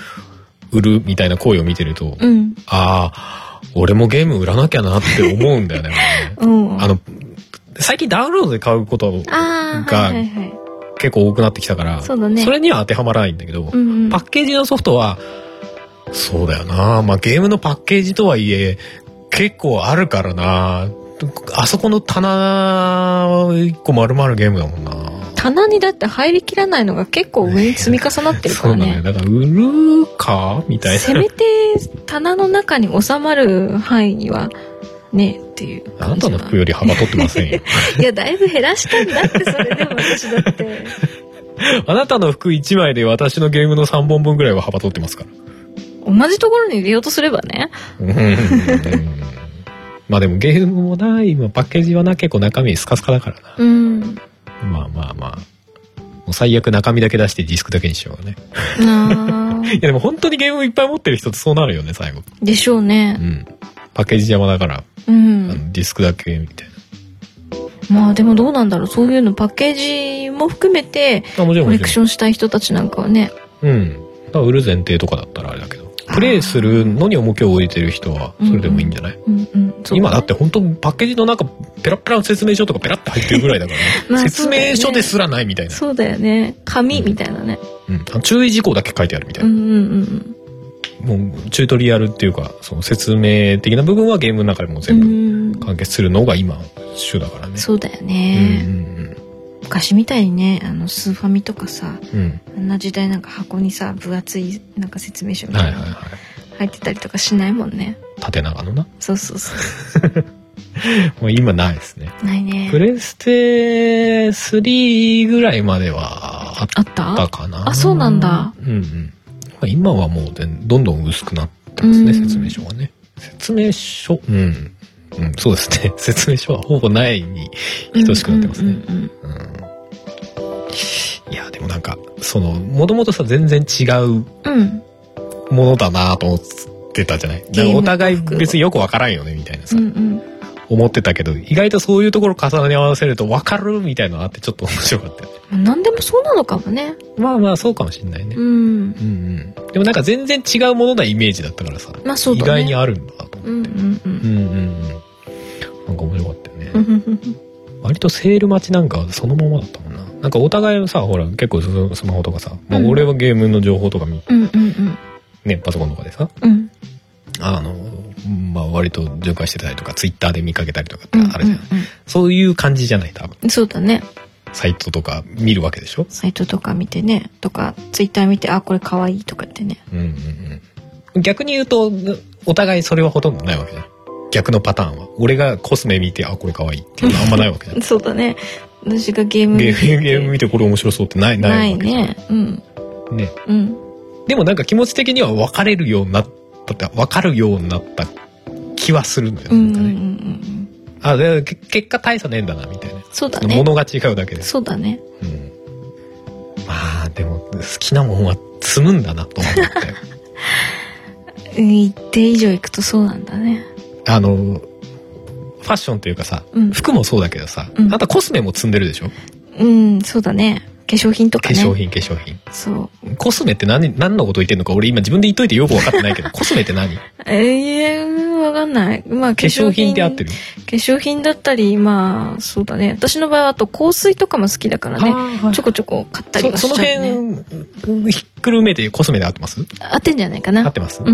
売るみたいな行為を見てると、うん、ああ。俺もゲーム売らなきゃなって思うんだよね。うん、あの最近ダウンロードで買うことが結構多くなってきたから、 そ, ね、それには当てはまらないんだけど、うんうん、パッケージのソフトはそうだよな、まあ、ゲームのパッケージとはいえ結構あるからな。あそこの棚一個丸々ゲームだもんな。 棚にだって入りきらないのが結構上に積み重なってるからね。 そうだね。だから売るかみたいな。 せめて棚の中に収まる範囲にはねっていう感じは。 あなたの服より幅取ってませんよ。 いやだいぶ減らしたんだってそれでも私だって。 あなたの服いちまいで私のゲームのさんぼんぶんぐらいは幅取ってますから。 同じところに入れようとすればね。 まあでもゲームもな、今パッケージはな結構中身スカスカだからな。うん。まあまあまあ。もう最悪中身だけ出してディスクだけにしようね。あいやでも本当にゲームいっぱい持ってる人ってそうなるよね最後。 でしょうね。 うん。パッケージ邪魔だから、うん、あのディスクだけみたいな。まあでもどうなんだろう、そういうのパッケージも含めてコレクションしたい人たちなんかはね。 うん。だから売る前提とかだったらあれだけど。プレイするのに重きを置いてる人はそれでもいいんじゃない？うんうんうんうん、今だって本当パッケージの中ペラペラの説明書とかペラって入ってるぐらいだからね。まあ、説明書ですらないみたいな。 そうだよね。紙みたいなね。 うん。うん、注意事項だけ書いてあるみたいな。うんうんうん、もうチュートリアルっていうかその説明的な部分はゲームの中でも全部完結するのが今主だからね。 そうだよね。うんうんうん、昔みたいにね、あのスーファミとかさ、うん、あんな時代なんか箱にさ分厚いなんか説明書みたいなの入ってたりとかしないもんね。 縦長のな。 そうそうそう。 もう今ないですね。 ないね。 プレステスリーぐらいまではあったかな。 あ、そうなんだ。 うんうん。まあ、今はもうどんどん薄くなってますね、説明書はね。説明書、うん、うん、そうですね。説明書はほぼないに等しくなってますね。いやでもなんかそのもともとさ全然違うものだなと思ってたじゃない。だからお互い別によくわからんよねみたいなさ、うんうん、思ってたけど意外とそういうところ重ね合わせるとわかるみたいなのがあってちょっと面白かったよね。 何でもそうなのかもね。 まあまあそうかもしれないね。うん、うんうん。でもなんか全然違うものなイメージだったからさ、まあそうだね、意外にあるんだと思って。うんうんうん。うんうんうん。なんか面白かったよね。割とセール待ちなんかそのままだったもんな。なんかお互いさほら結構スマホとかさ、まあ、俺はゲームの情報とか見、うんうんうん、ねパソコンとかでさ、うん、あのまあ割と巡回してたりとかツイッターで見かけたりとかってあるじゃん、うんうんうん、そういう感じじゃない多分。 そうだね。 サイトとか見るわけでしょ。 サイトとか見てねとかツイッター見てあこれ可愛いとかってね、うんうんうん、逆に言うとお互いそれはほとんどないわけじゃん。逆のパターンは俺がコスメ見てあこれ可愛いっていうのはあんまないわけじゃん。 そうだね。私がゲーム見てゲーム見てこれ面白そうってないないわけじゃん。ないね。うんね、うん、でもなんか気持ち的には分かれるようになったって分かるようになった気はするんだよね。うんうんうん、あで結果大差ねえんだなみたいな。 そうだね。 物が違うだけで。 そうだね。うん、 まあでも好きなもんは積むんだなと思ったよ。 一定以上いくとそうなんだね。 あのファッションというかさ、うん、服もそうだけどさ、うん、あとコスメも積んでるでしょ。 うんそうだね。化粧品とかね。 化粧品化粧品。 そう。 コスメって何何のこと言ってんのか俺今自分で言っといてよく分かってないけどコスメって何？ ええー、分かんない。まあ化粧品、化粧品で合ってる？化粧品だったり、まあそうだね。私の場合はあと香水とかも好きだからね、はい、ちょこちょこ買ったりはしちゃうね。 そ, その辺ひっくるめてコスメで合ってます？ 合ってんじゃないかな。 合ってます。 うんうんうん。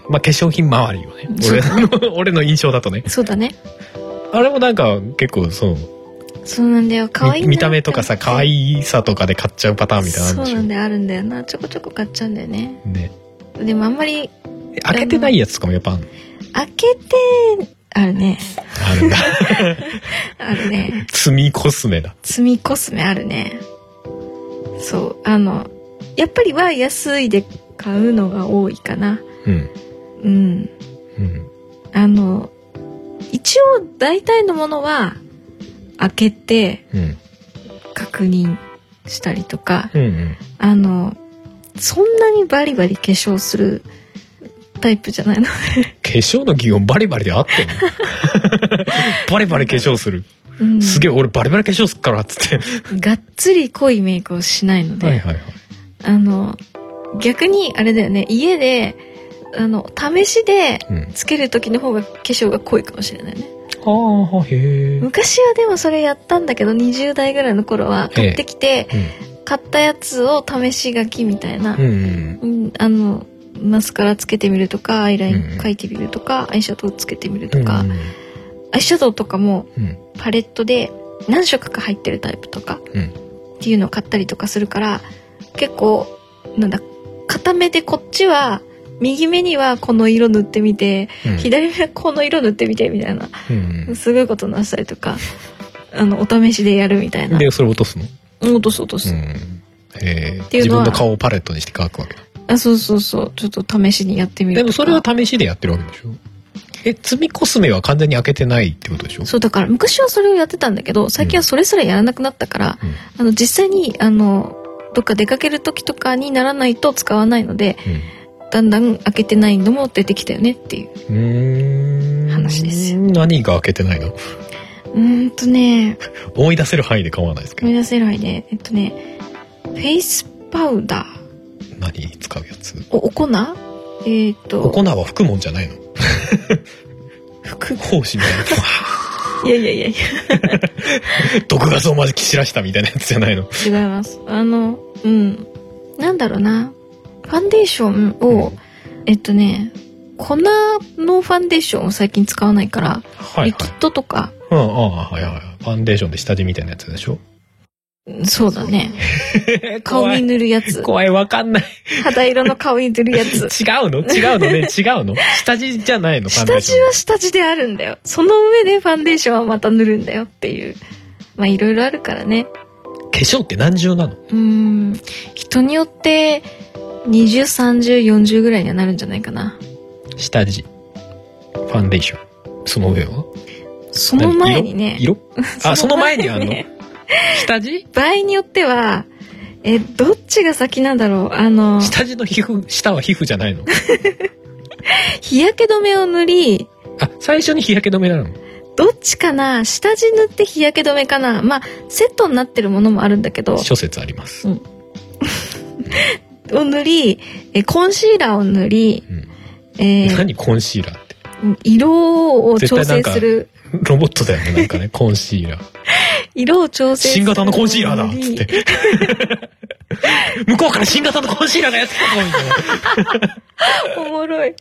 まあ化粧品周りよね。俺の俺の印象だとね。 そうだね。 あれもなんか結構そう。 そうなんだよ。可愛い見, 見た目とかさ可愛さとかで買っちゃうパターンみたいなのあるでしょ。 そうなんだよ、あるんだよな。ちょこちょこ買っちゃうんだよね。 ね。 でもあんまり開けてないやつとかもやっぱあるの？ 開けてあるね。 あるんだ。 あるね。 積みコスメだ。 積みコスメあるね。そうあのやっぱりは安いで買うのが多いかな。 うんうん、うん、あの一応大体のものは開けて確認したりとか、 うんうん、 あのそんなにバリバリ化粧するタイプじゃないので化粧の技能バリバリで合ってんの？バリバリ化粧する、うん、すげえ俺バリバリ化粧すっからっつってがっつり濃いメイクをしないので、 はいはいはい、 あの逆にあれだよね、家であの試しでつける時の方が化粧が濃いかもしれないね、 うん、あへ昔はでもそれやったんだけどにじゅう代ぐらいの頃は買ってきて、うん、買ったやつを試し書きみたいな、うんうんうん、あのマスカラつけてみるとかアイライン描いてみるとか、うん、アイシャドウつけてみるとか、うん、アイシャドウとかもパレットで何色か入ってるタイプとか、うん、っていうのを買ったりとかするから結構なんだ片目でこっちは右目にはこの色塗ってみて、うん、左目はこの色塗ってみてみたいな、うん、すごいことなしたりとかあのお試しでやるみたいな。 でそれ落とすの？ 落とす落とす、うん、 へー、自分の顔をパレットにして描くわけだ。 あ、そうそうそう、ちょっと試しにやってみるとか。 でもそれは試しでやってるわけでしょ？え、積みコスメは完全に開けてないってことでしょ？ そうだから昔はそれをやってたんだけど最近はそれすらやらなくなったから、うん、あの実際にあのどっか出かける時とかにならないと使わないので、うん、だんだん開けてないのも出てきたよねっていう話ですよ。 何が開けてないの？うーんとね思い出せる範囲で構わないですけど。 思い出せる範囲でえっとねフェイスパウダー。 何に使うやつ？ お、お粉？えっとお粉は吹くもんじゃないの？ 吹く胞子みたいな。 いやいやいやいや毒ガスをまじき散らしたみたいなやつじゃないの？ 違います。あのうんなんだろうなファンデーションを、うん、えっとね粉のファンデーションを最近使わないから、はいはい、リキッドとか、 うん、ああはいはいファンデーションで下地みたいなやつでしょ？ そうだね顔に塗るやつ。 怖いわかんない肌色の顔に塗るやつ違うの違うのね違うの下地じゃないの？ 下地は下地であるんだよ。その上でファンデーションはまた塗るんだよっていうまあいろいろあるからね。 化粧って何重なの？うーん人によってにじゅう、さんじゅう、よんじゅうぐらいにはなるんじゃないかな。 下地ファンデーションその上は？ その前にね色？あその前にあんの？下地？ 場合によってはえどっちが先なんだろう。あの下地の皮膚下は皮膚じゃないの？ 日焼け止めを塗りあ最初に日焼け止めなの？ どっちかな。下地塗って日焼け止めかな。まあセットになってるものもあるんだけど諸説あります、うん、 を塗りえコンシーラーを塗り、うんえー、何コンシーラーって色を調整するロボットだよねなんかねコンシーラー色を調整する新型のコンシーラーだっつって向こうから新型のコンシーラーがやってたぞみたいなおもろい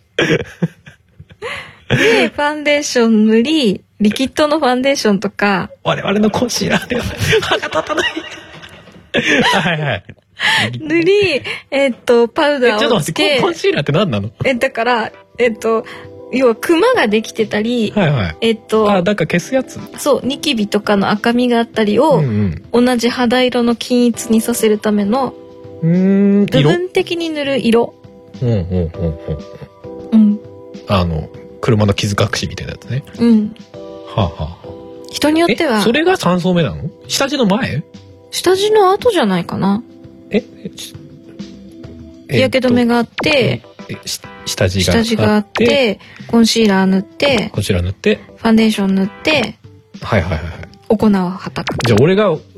でファンデーション塗りリキッドのファンデーションとか我々のコンシーラーでは歯が立たないはいはい塗りえっとパウダーをつけちょっと待ってコンシーラーって何なの？ えだからえっと要はクマができてたり、 はいはい、 えっとあだから消すやつそうニキビとかの赤みがあったりを、うんうん、同じ肌色の均一にさせるためのうーん部分的に塗る色うんうんうんうんうんあの車の傷隠しみたいなやつねうんはあはあ人によってはそれがさん層目なの？下地の前？ 下地の後じゃないかな。 え日焼け止めがあってえ下地があって下地があってコンシーラー塗ってこちら塗ってファンデーション塗ってはいはいはいお粉をはたく。 じゃあ俺が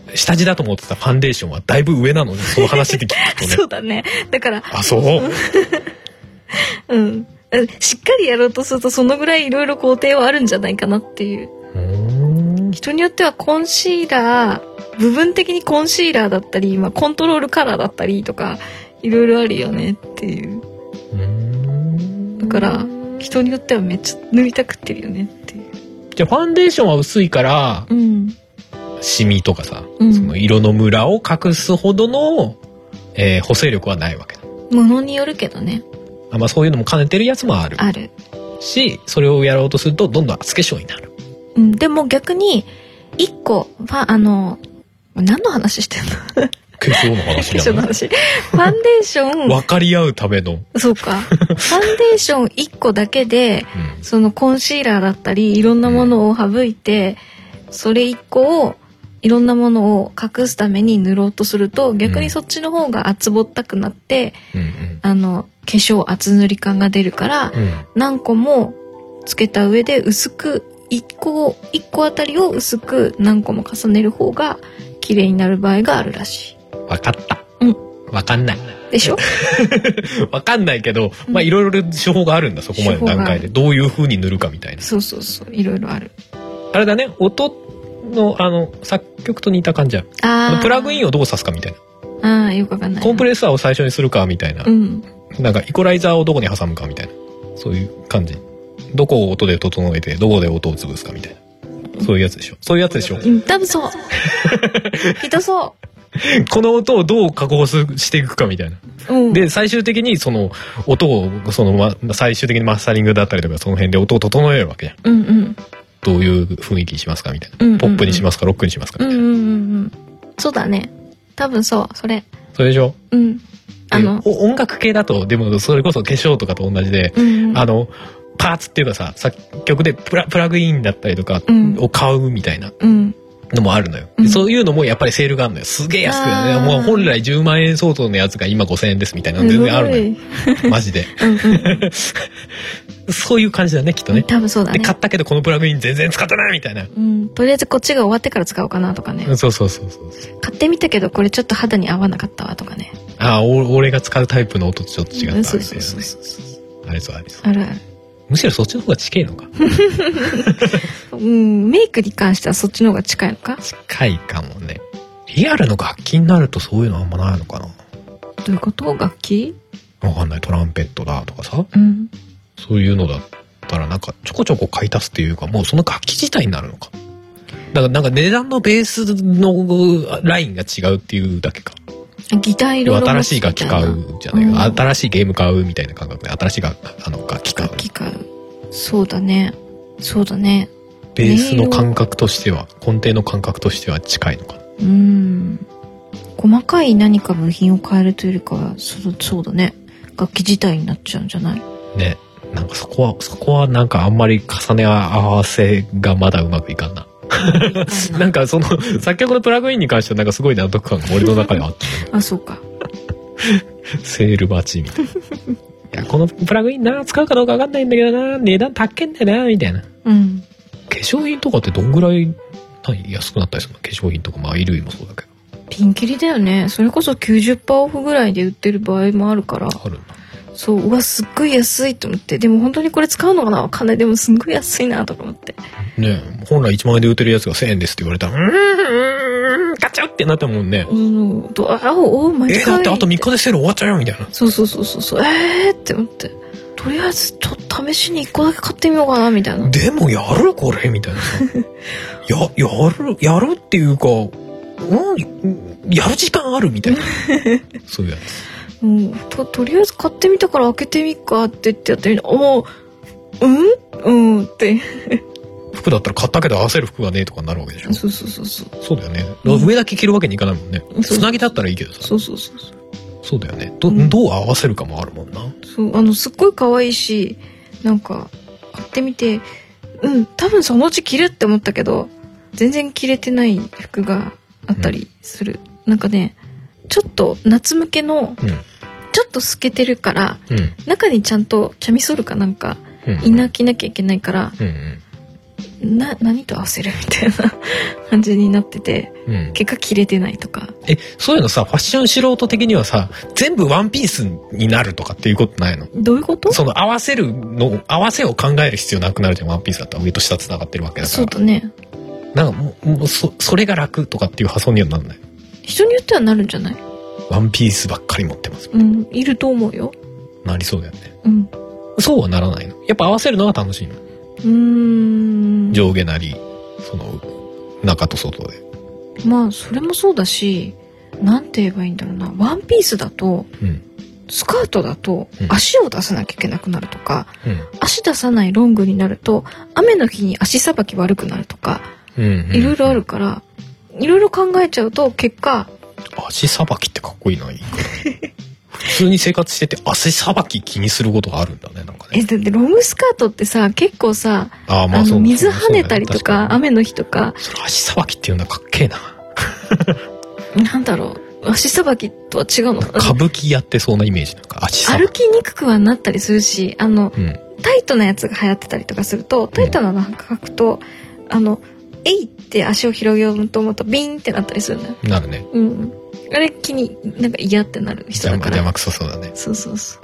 下地だと思ってたファンデーションはだいぶ上なのに、その話で聞くとね。 そうだね。だから。 あ、そう。 うん。しっかりやろうとするとそのぐらいいろいろ工程はあるんじゃないかなっていう。うーん、人によってはコンシーラー、部分的にコンシーラーだったり、まあ、コントロールカラーだったりとかいろいろあるよねっていう。うーん、だから人によってはめっちゃ塗りたくってるよねっていう。 じゃあファンデーションは薄いから、うん、シミとかさ、うん、その色のムラを隠すほどの、えー、補正力はないわけだ。 ものによるけどね。 あ、まあ、そういうのも兼ねてるやつもある。 あるし、それをやろうとするとどんどん厚化粧になる。 うん、でも逆に一個ファあの何の話してんの？ 化粧の話じゃない？化粧の話。 ファンデーション。 分かり合うための。 そうか。ファンデーション一個だけで、うん、そのコンシーラーだったりいろんなものを省いて、うん、それ一個をいろんなものを隠すために塗ろうとすると逆にそっちの方が厚ぼったくなって、うん、あの化粧厚塗り感が出るから、うん、何個もつけた上で薄く一個一個あたりを薄く何個も重ねる方が綺麗になる場合があるらしい。 わかった。 うん。 わかんない。 でしょ？ わかんないけど、まあいろいろ手法があるんだ、そこまでの段階でどういう風に塗るかみたいな。 そうそうそう、いろいろある。 あれだね、音のあの作曲と似た感じある。あプラグインをどう挿すかみたいな。ああ、よくわかんない。 コンプレッサーを最初にするかみたいな。うん。なんかイコライザーをどこに挟むかみたいな、そういう感じ。どこを音で整えてどこで音を潰すかみたいな、そういうやつでしょ。そういうやつでしょ。 うん、多分そう。ひどそう。 この音をどう加工していくかみたいな、うん、で最終的にその音をその、ま、最終的にマスタリングだったりとかその辺で音を整えるわけじゃん、うんうん、どういう雰囲気にしますかみたいな、うんうんうん、ポップにしますかロックにしますかみたいな、うんうんうん、 そうだね、多分そう、それそれでしょ。 うん、あの音楽系だとでもそれこそ化粧とかと同じで、うんうん、あのパーツっていうかさ、作曲でプラ、プラグインだったりとかを買うみたいなのもあるのよ、うん、そういうのもやっぱりセールがあるのよ。すげえ安くね、もう本来じゅうまんえん相当のやつが今ごせんえんですみたいなの全然あるのよ。マジで。うんうん、そういう感じだねきっとね。 多分そうだね。 で買ったけどこのプラグイン全然使ってないみたいな、 うん、とりあえずこっちが終わってから使おうかなとかね。 そうそうそうそう。 買ってみたけどこれちょっと肌に合わなかったわとかね。 ああ、俺が使うタイプの音とちょっと違ったみたいなね。そうそうそうそう。あれそうあれそう。 あるある。 むしろそっちの方が近いのか。 うん、メイクに関してはそっちの方が近いのか。 近いかもね。リアルの楽器になるとそういうのあんまないのかな。 どういうこと？楽器？ わかんない。トランペットだとかさ、うん、そういうのだったらなんかちょこちょこ買い足すっていうかもうその楽器自体になるのか。だからなんか値段のベースのラインが違うっていうだけか。 ギター色々 新しい楽器買うじゃないか、うん、新しいゲーム買うみたいな感覚で新しい楽あの楽器買う。 楽器買う。そうだね。そうだね。 ベースの感覚としては根底の感覚としては近いのかな。 うん。細かい何か部品を変えるというよりかはそそうだね。楽器自体になっちゃうんじゃない？ ね。なんかそこはそこはなんかあんまり重ね合わせがまだうまくいかんな。なんかその作曲のプラグインに関してはなんかすごい納得感が俺の中であった、ね、 あ、そうか。 セール待ちみたいな。いやこのプラグインな使うかどうか分かんないんだけどな、値段高いんだよなみたいな、うん、化粧品とかってどんぐらい安くなったりするの？化粧品とかまあ衣類もそうだけどピンキリだよね。それこそ きゅうじゅっパーセント オフぐらいで売ってる場合もあるから。あるんだ。そう、うわすっごい安いと思って、でも本当にこれ使うのかなわかんない、でもすんごい安いなとか思ってね。本来いちまんえんで売ってるやつがせんえんですって言われたらうーん買っちゃうってなったもんね。 うんとあおお毎回えだってあとみっかでセール終わっちゃうよみたいな。 そうそうそうそうそうえーって思って、とりあえずちょっと試しにいっこだけ買ってみようかなみたいな。 でもやるこれみたいなややるやるっていうか、うん、やる時間あるみたいなそういうやつ。 うん、と, とりあえず買ってみたから開けてみっかって言ってやってみた。おうんうんって服だったら買ったけど合わせる服がねえとかになるわけでしょ。 そうそうそうそう。 そうだよね、うん、上だけ着るわけにいかないもんね。つなぎだったらいいけどさ。 そうそうそうそう。 そうだよね。 ど,、うん、どう合わせるかもあるもんな。 そうあのすっごい可愛いし、なんか買ってみてうん多分そのうち着るって思ったけど全然着れてない服があったりする、うん、なんかねちょっと夏向けの、うん、ちょっと透けてるから、うん、中にちゃんとキャミソールかなんか、うん、インナー着なきゃいけないから、うんうん、 な何と合わせるみたいな感じになってて、うん、結果着れてないとか。 え、そういうのさ、ファッション素人的にはさ、全部ワンピースになるとかっていうことないの？ どういうこと？ その合わせるの、合わせを考える必要なくなるじゃん。ワンピースだったら上と下つながってるわけだから。 そうだね。 なんかもう、もうそ、それが楽とかっていう発想にはなんない？ 人によってはなるんじゃない？ワンピースばっかり持ってます。 うん、いると思うよ。 なりそうだよね。 うん。 そうはならないの？やっぱ合わせるのが楽しいの？ うーん。 上下なり、その、中と外で。 まあ、それもそうだし、なんて言えばいいんだろうな。ワンピースだと、うん、スカートだと足を出さなきゃいけなくなるとか、うん、足出さないロングになると、雨の日に足さばき悪くなるとか、いろいろあるから、いろいろ考えちゃうと、結果、 足さばきってかっこいいな、いい普通に生活してて足さばき気にすることがあるんだね、なんかね。 え、だってロングスカートってさ、結構さ、あ、まあ、あの水跳ねたりとか、雨の日とか。 それ足さばきっていうのはかっけえな。 なんだろう、足さばきとは違うのかな。 歌舞伎やってそうなイメージなんか、足さばき。 歩きにくくはなったりするし、あの、うん、タイトなやつが流行ってたりとかすると、タイトなの履くと、うん、あの、えいって足を広げようと思うとビーンってなったりするんだよ。 なるね。 うん。あれ気になんか嫌ってなる人だから。 邪魔くそそうだね。 そうそうそう。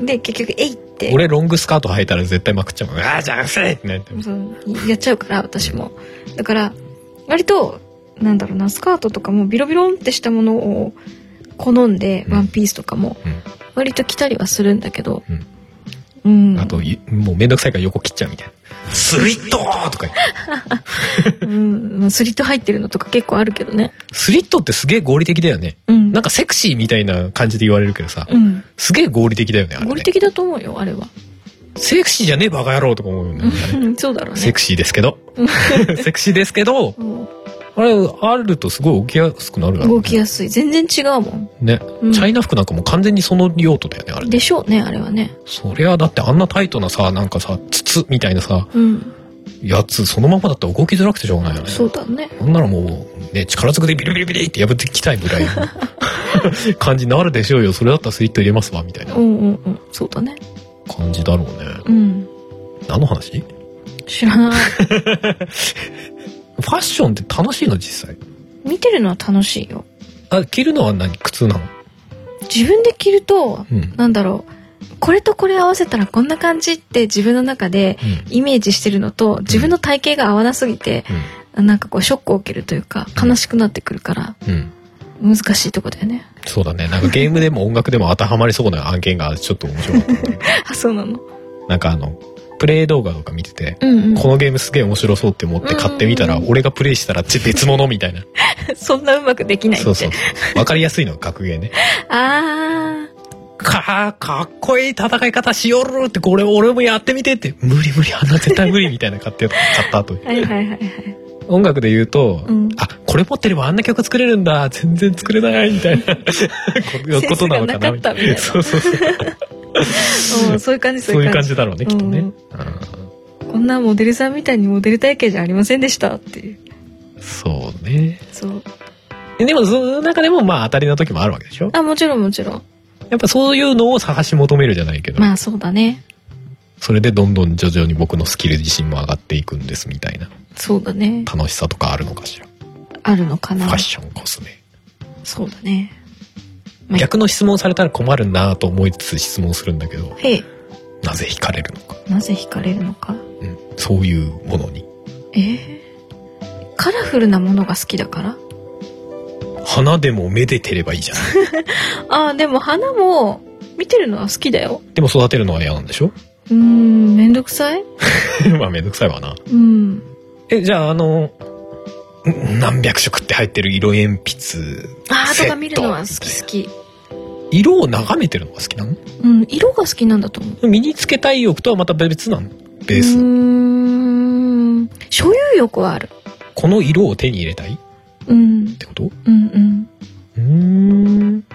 で結局えいって。 俺ロングスカート履いたら絶対まくっちゃうもん。ああじゃあうせえってなって。 そうやっちゃうから私も。だから割となんだろうな、スカートとかもビロビロンってしたものを好んで、うん、ワンピースとかも割と着たりはするんだけど。うんうん、 あともうめんどくさいから横切っちゃうみたいな。スリットとか言って、うん、スリット入ってるのとか結構あるけどね。 スリットってすげえ合理的だよね、うん、なんかセクシーみたいな感じで言われるけどさ、うん、すげえ合理的だよね、あれね。 合理的だと思うよあれは。 セクシーじゃねえバカ野郎とか思うよね。 そうだろうね。 セクシーですけどセクシーですけど、うん、あれあるとすごい動きやすくなるだろうね。 動きやすい。全然違うもんね、うん、チャイナ服なんかも完全にその用途だよね、あれね。 でしょうね、あれはね。 そりゃだってあんなタイトなさ、なんかさ筒みたいなさ、うん、やつそのままだったら動きづらくてしょうがないよね。 そうだね。 なんならもうね、力ずくでビリビリビリって破ってきたいぐらいの感じになるでしょうよ。それだったらスイット入れますわみたいな、 うんうんうん、そうだね、 感じだろうね。うん。何の話？ 知らない。 ファッションって楽しいの実際？ 見てるのは楽しいよ。 あ、着るのは何？苦痛なの？ 自分で着ると、うん、なんだろう、これとこれ合わせたらこんな感じって自分の中でイメージしてるのと、うん、自分の体型が合わなすぎて、うん、なんかこうショックを受けるというか悲しくなってくるから、うん、難しいとこだよね。 そうだね。なんかゲームでも音楽でも当てはまりそうな案件がちょっと面白かった。 あ、そうなの。 なんかあのプレイ動画とか見てて、うんうん、このゲームすげえ面白そうって思って買ってみたら、うんうんうん、俺がプレイしたら別物みたいな。 そんなうまくできないって。 そうそうそう。わかりやすいの格ゲーね。 あー。かかっこいい戦い方しよるって、これ俺もやってみてって、無理無理、あんな絶対無理みたいな買って買った後。 はいはいはいはい。 音楽で言うと、うん、あ、これ持ってればあんな曲作れるんだ、全然作れないみたいなことなのかなみたいな。そうそうそう。 うん、そういう感じ、 そういう感じだろうね、きっとね、うん、 こんなモデルさんみたいにモデル体型じゃありませんでしたっていう。 そうね。 そう。 でもその中でもまあ当たりの時もあるわけでしょ。 あ、もちろんもちろん。 やっぱそういうのを探し求めるじゃないけど。 まあそうだね。 それでどんどん徐々に僕のスキル自身も上がっていくんですみたいな。 そうだね。 楽しさとかあるのかしら。 あるのかな。 ファッション、コスメ。 そうだね。 逆の質問されたら困るなと思いつつ質問するんだけど、 へえ、 なぜ惹かれるのか。 なぜ惹かれるのか、 うん、そういうものに。 えー、カラフルなものが好きだから。 花でもめでてればいいじゃん。 あ、でも花も見てるのは好きだよ。 でも育てるのは嫌なんでしょ。 うーん、めんどくさい。 まあめんどくさいわな。 うん。 え、じゃああの何百色って入ってる色鉛筆あーとか見るのは好き好き。 色を眺めてるのが好きなの？ うん、色が好きなんだと思う。 身につけたい欲とはまた別なの？ベース。 うーん、所有欲はある。 この色を手に入れたい？ うん。 ってこと？ うんうん。 うーん。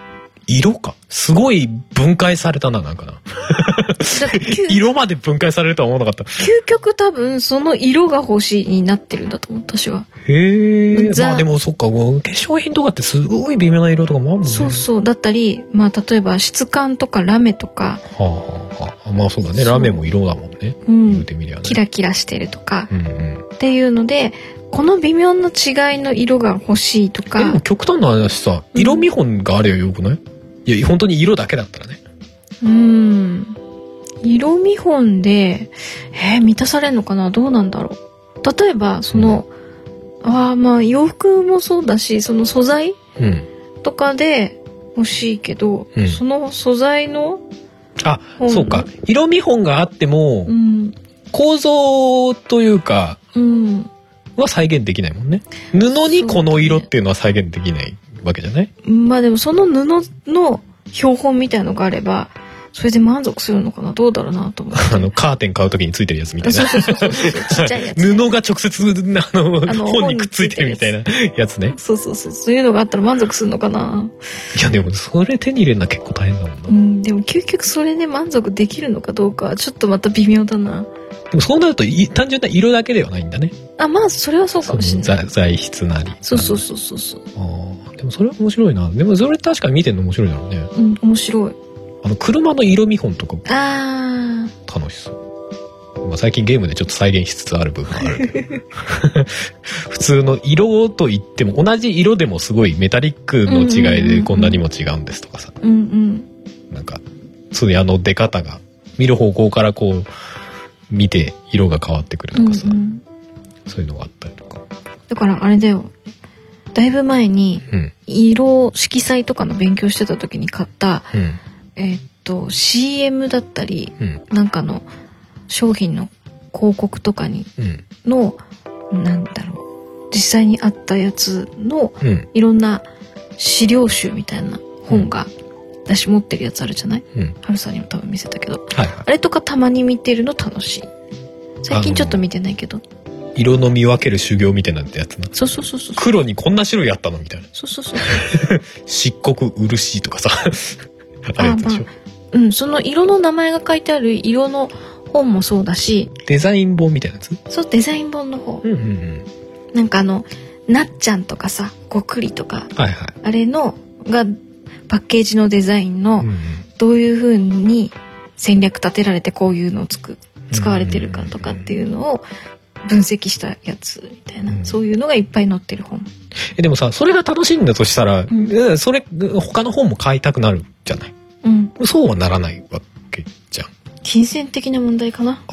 色か。すごい分解されたな、なんかな。色まで分解されるとは思わなかった。 究極多分その色が欲しいになってるんだと思う、私は。 へえ。まあでもそっか、化粧品とかってすごい微妙な色とかもあるもんね。 そうそう。だったり、まあ例えば質感とかラメとか。 はあはあはあ。まあそうだね。ラメも色だもんね。 うん。 言うてみりゃね。 キラキラしてるとか。 うんうん。 っていうので、この微妙な違いの色が欲しいとか。 でも極端な話さ、色見本があればよくない？いや、本当に色だけだったらね。 うーん。色見本で、えー、満たされるのかな？どうなんだろう。例えば、その、うん、ああ、まあ洋服もそうだし、その素材、うん、とかで欲しいけど、うん、その素材のあ、そうか。色見本があっても、うん、構造というか、うん、は再現できないもんね。布にこの色っていうのは再現できないわけじゃない？ まあでもその布の標本みたいのがあればそれで満足するのかな、どうだろうなと思って。 あのカーテン買うときについてるやつみたいな。 そうそうそうそうちっちゃいやつ、ね、 布が直接あのあの本にくっついてるみたいなやつね。 そうそうそう、そういうのがあったら満足するのかな。 いやでもそれ手に入れるのは結構大変だもんな。 うん、でも究極それで満足できるのかどうかはちょっとまた微妙だな。 でもそうなると単純な色だけではないんだね。 あ、まあそれはそうかもしれない。 材質なり。 そうそうそうそうそう。 ああ、でもそれは面白いな。でもそれ確かに見てるの面白いだろうね。 うん、面白い。 あの車の色見本とかあ楽しそう。まあ、最近ゲームでちょっと再現しつつある部分があるけど普通の色といっても同じ色でもすごいメタリックの違いでこんなにも違うんですとかさ、 うんうん、 なんかそのあの出方が見る方向からこう見て色が変わってくるとかさ、うんうん、そういうのがあったりとか。 だからあれだよ、だいぶ前に色色彩とかの勉強してた時に買った、うん、えー、っと シーエム だったり、うん、なんかの商品の広告とかにの、うん、なんだろう、実際にあったやつの、うん、いろんな資料集みたいな本が、うん、私持ってるやつあるじゃない、うん、はるさんにも多分見せたけど、はいはい、あれとかたまに見てるの楽しい。最近ちょっと見てないけど、 色の見分ける修行みたいなやつな。 そうそうそうそう。 黒にこんな種類あったのみたいな。 そうそうそう。 漆黒漆とかさあれやつでしょ。 まあ、うん、その色の名前が書いてある色の本もそうだし、 デザイン本みたいなやつ。 そう、デザイン本の方、うんうんうん、なんかあのなっちゃんとかさ、ごくりとか、はいはい、あれのがパッケージのデザインの、うんうん、どういう風に戦略立てられてこういうのをつく使われてるかとかっていうのを分析したやつみたいな、うん、そういうのがいっぱい載ってる本。 えでもさ、それが楽しいんだとしたら、うん、それ他の本も買いたくなるじゃない、うん、そうはならないわけじゃん。 金銭的な問題かな。 あ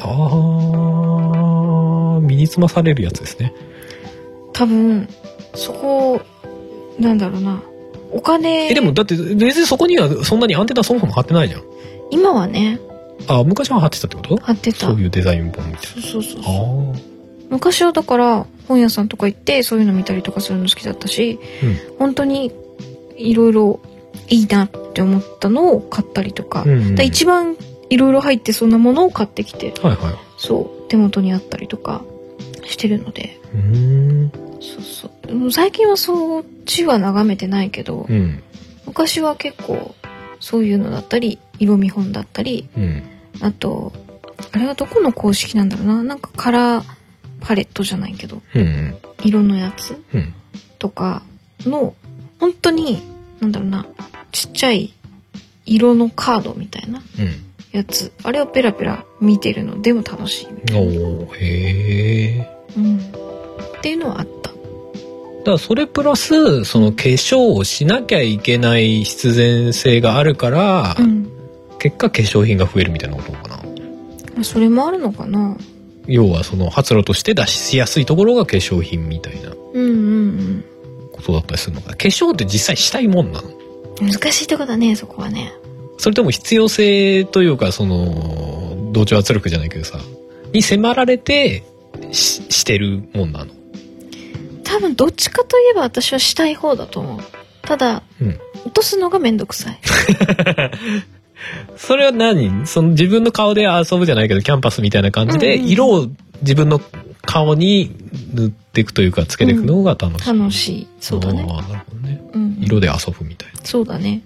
ー、身につまされるやつですね。 多分そこなんだろうな、お金。 えでもだって別にそこにはそんなにアンテナそもそも貼ってないじゃん。 今はね。 あ、昔は貼ってたってこと？ 貼ってた。 そういうデザイン本みたいな。 そうそうそうそう。昔はだから本屋さんとか行ってそういうの見たりとかするの好きだったし、うん、本当にいろいろいいなって思ったのを買ったりとか、うんうん、だ一番いろいろ入ってそんなものを買ってきて、はいはい、そう手元にあったりとかしてるので、うーん、そうそう。最近はそっちは眺めてないけど、うん、昔は結構そういうのだったり色見本だったり、うん、あとあれはどこの公式なんだろうな、なんかカラーパレットじゃないけど、うんうん、色のやつ、うん、とかの本当になんだろうな、ちっちゃい色のカードみたいなやつ、うん、あれをペラペラ見てるのでも楽しいみたいな。おー、へー、うん、っていうのはあった。 だからそれプラスその化粧をしなきゃいけない必然性があるから、うん、結果化粧品が増えるみたいなことかな。 それもあるのかな。 要はその発露として出しやすいところが化粧品みたいなことだったりするのかな。化粧って実際したいもんなの？ 難しいとこだね、そこはね。 それとも必要性というか、その同調圧力じゃないけどさに迫られて し, してるもんなの？ 多分どっちかといえば私はしたい方だと思う。ただ、うん、落とすのがめんどくさい。 それは何？その自分の顔で遊ぶじゃないけどキャンパスみたいな感じで色を自分の顔に塗っていくというかつけていくのが楽しい、 うん、楽しい。そうだね。 あ、なるほどね、うん、色で遊ぶみたいな。 そうだね。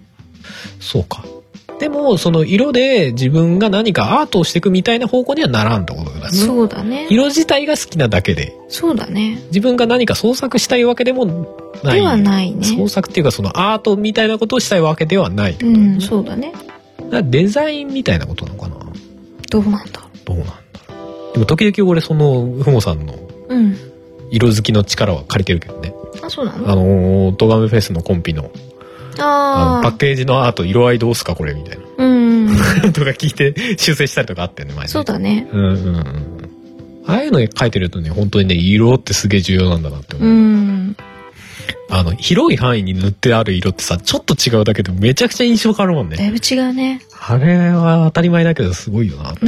そうか。でもその色で自分が何かアートをしていくみたいな方向にはならんってことだね。 そうだね。 色自体が好きなだけで。 そうだね。 自分が何か創作したいわけでもない。 ではないね。 創作っていうかそのアートみたいなことをしたいわけではないってことだね。 うん、そうだね。 だからデザインみたいなことなのかな。 どうなんだろう。 どうなんだろう。でも時々俺そのふもさんの色好きの力は借りてるけどね。 あ、そうなの？ あのー、トガメフェスのコンピの。 ああパッケージのアート色合いどうすかこれみたいな、うんとか聞いて修正したりとかあってね前ね。 そうだね。 うんうんうん。ああいうの書いてるとね本当にね色ってすげえ重要なんだなって思う。 うんあの広い範囲に塗ってある色ってさちょっと違うだけでめちゃくちゃ印象変わるもんね。 だいぶ違うね。 あれは当たり前だけどすごいよなって、うん。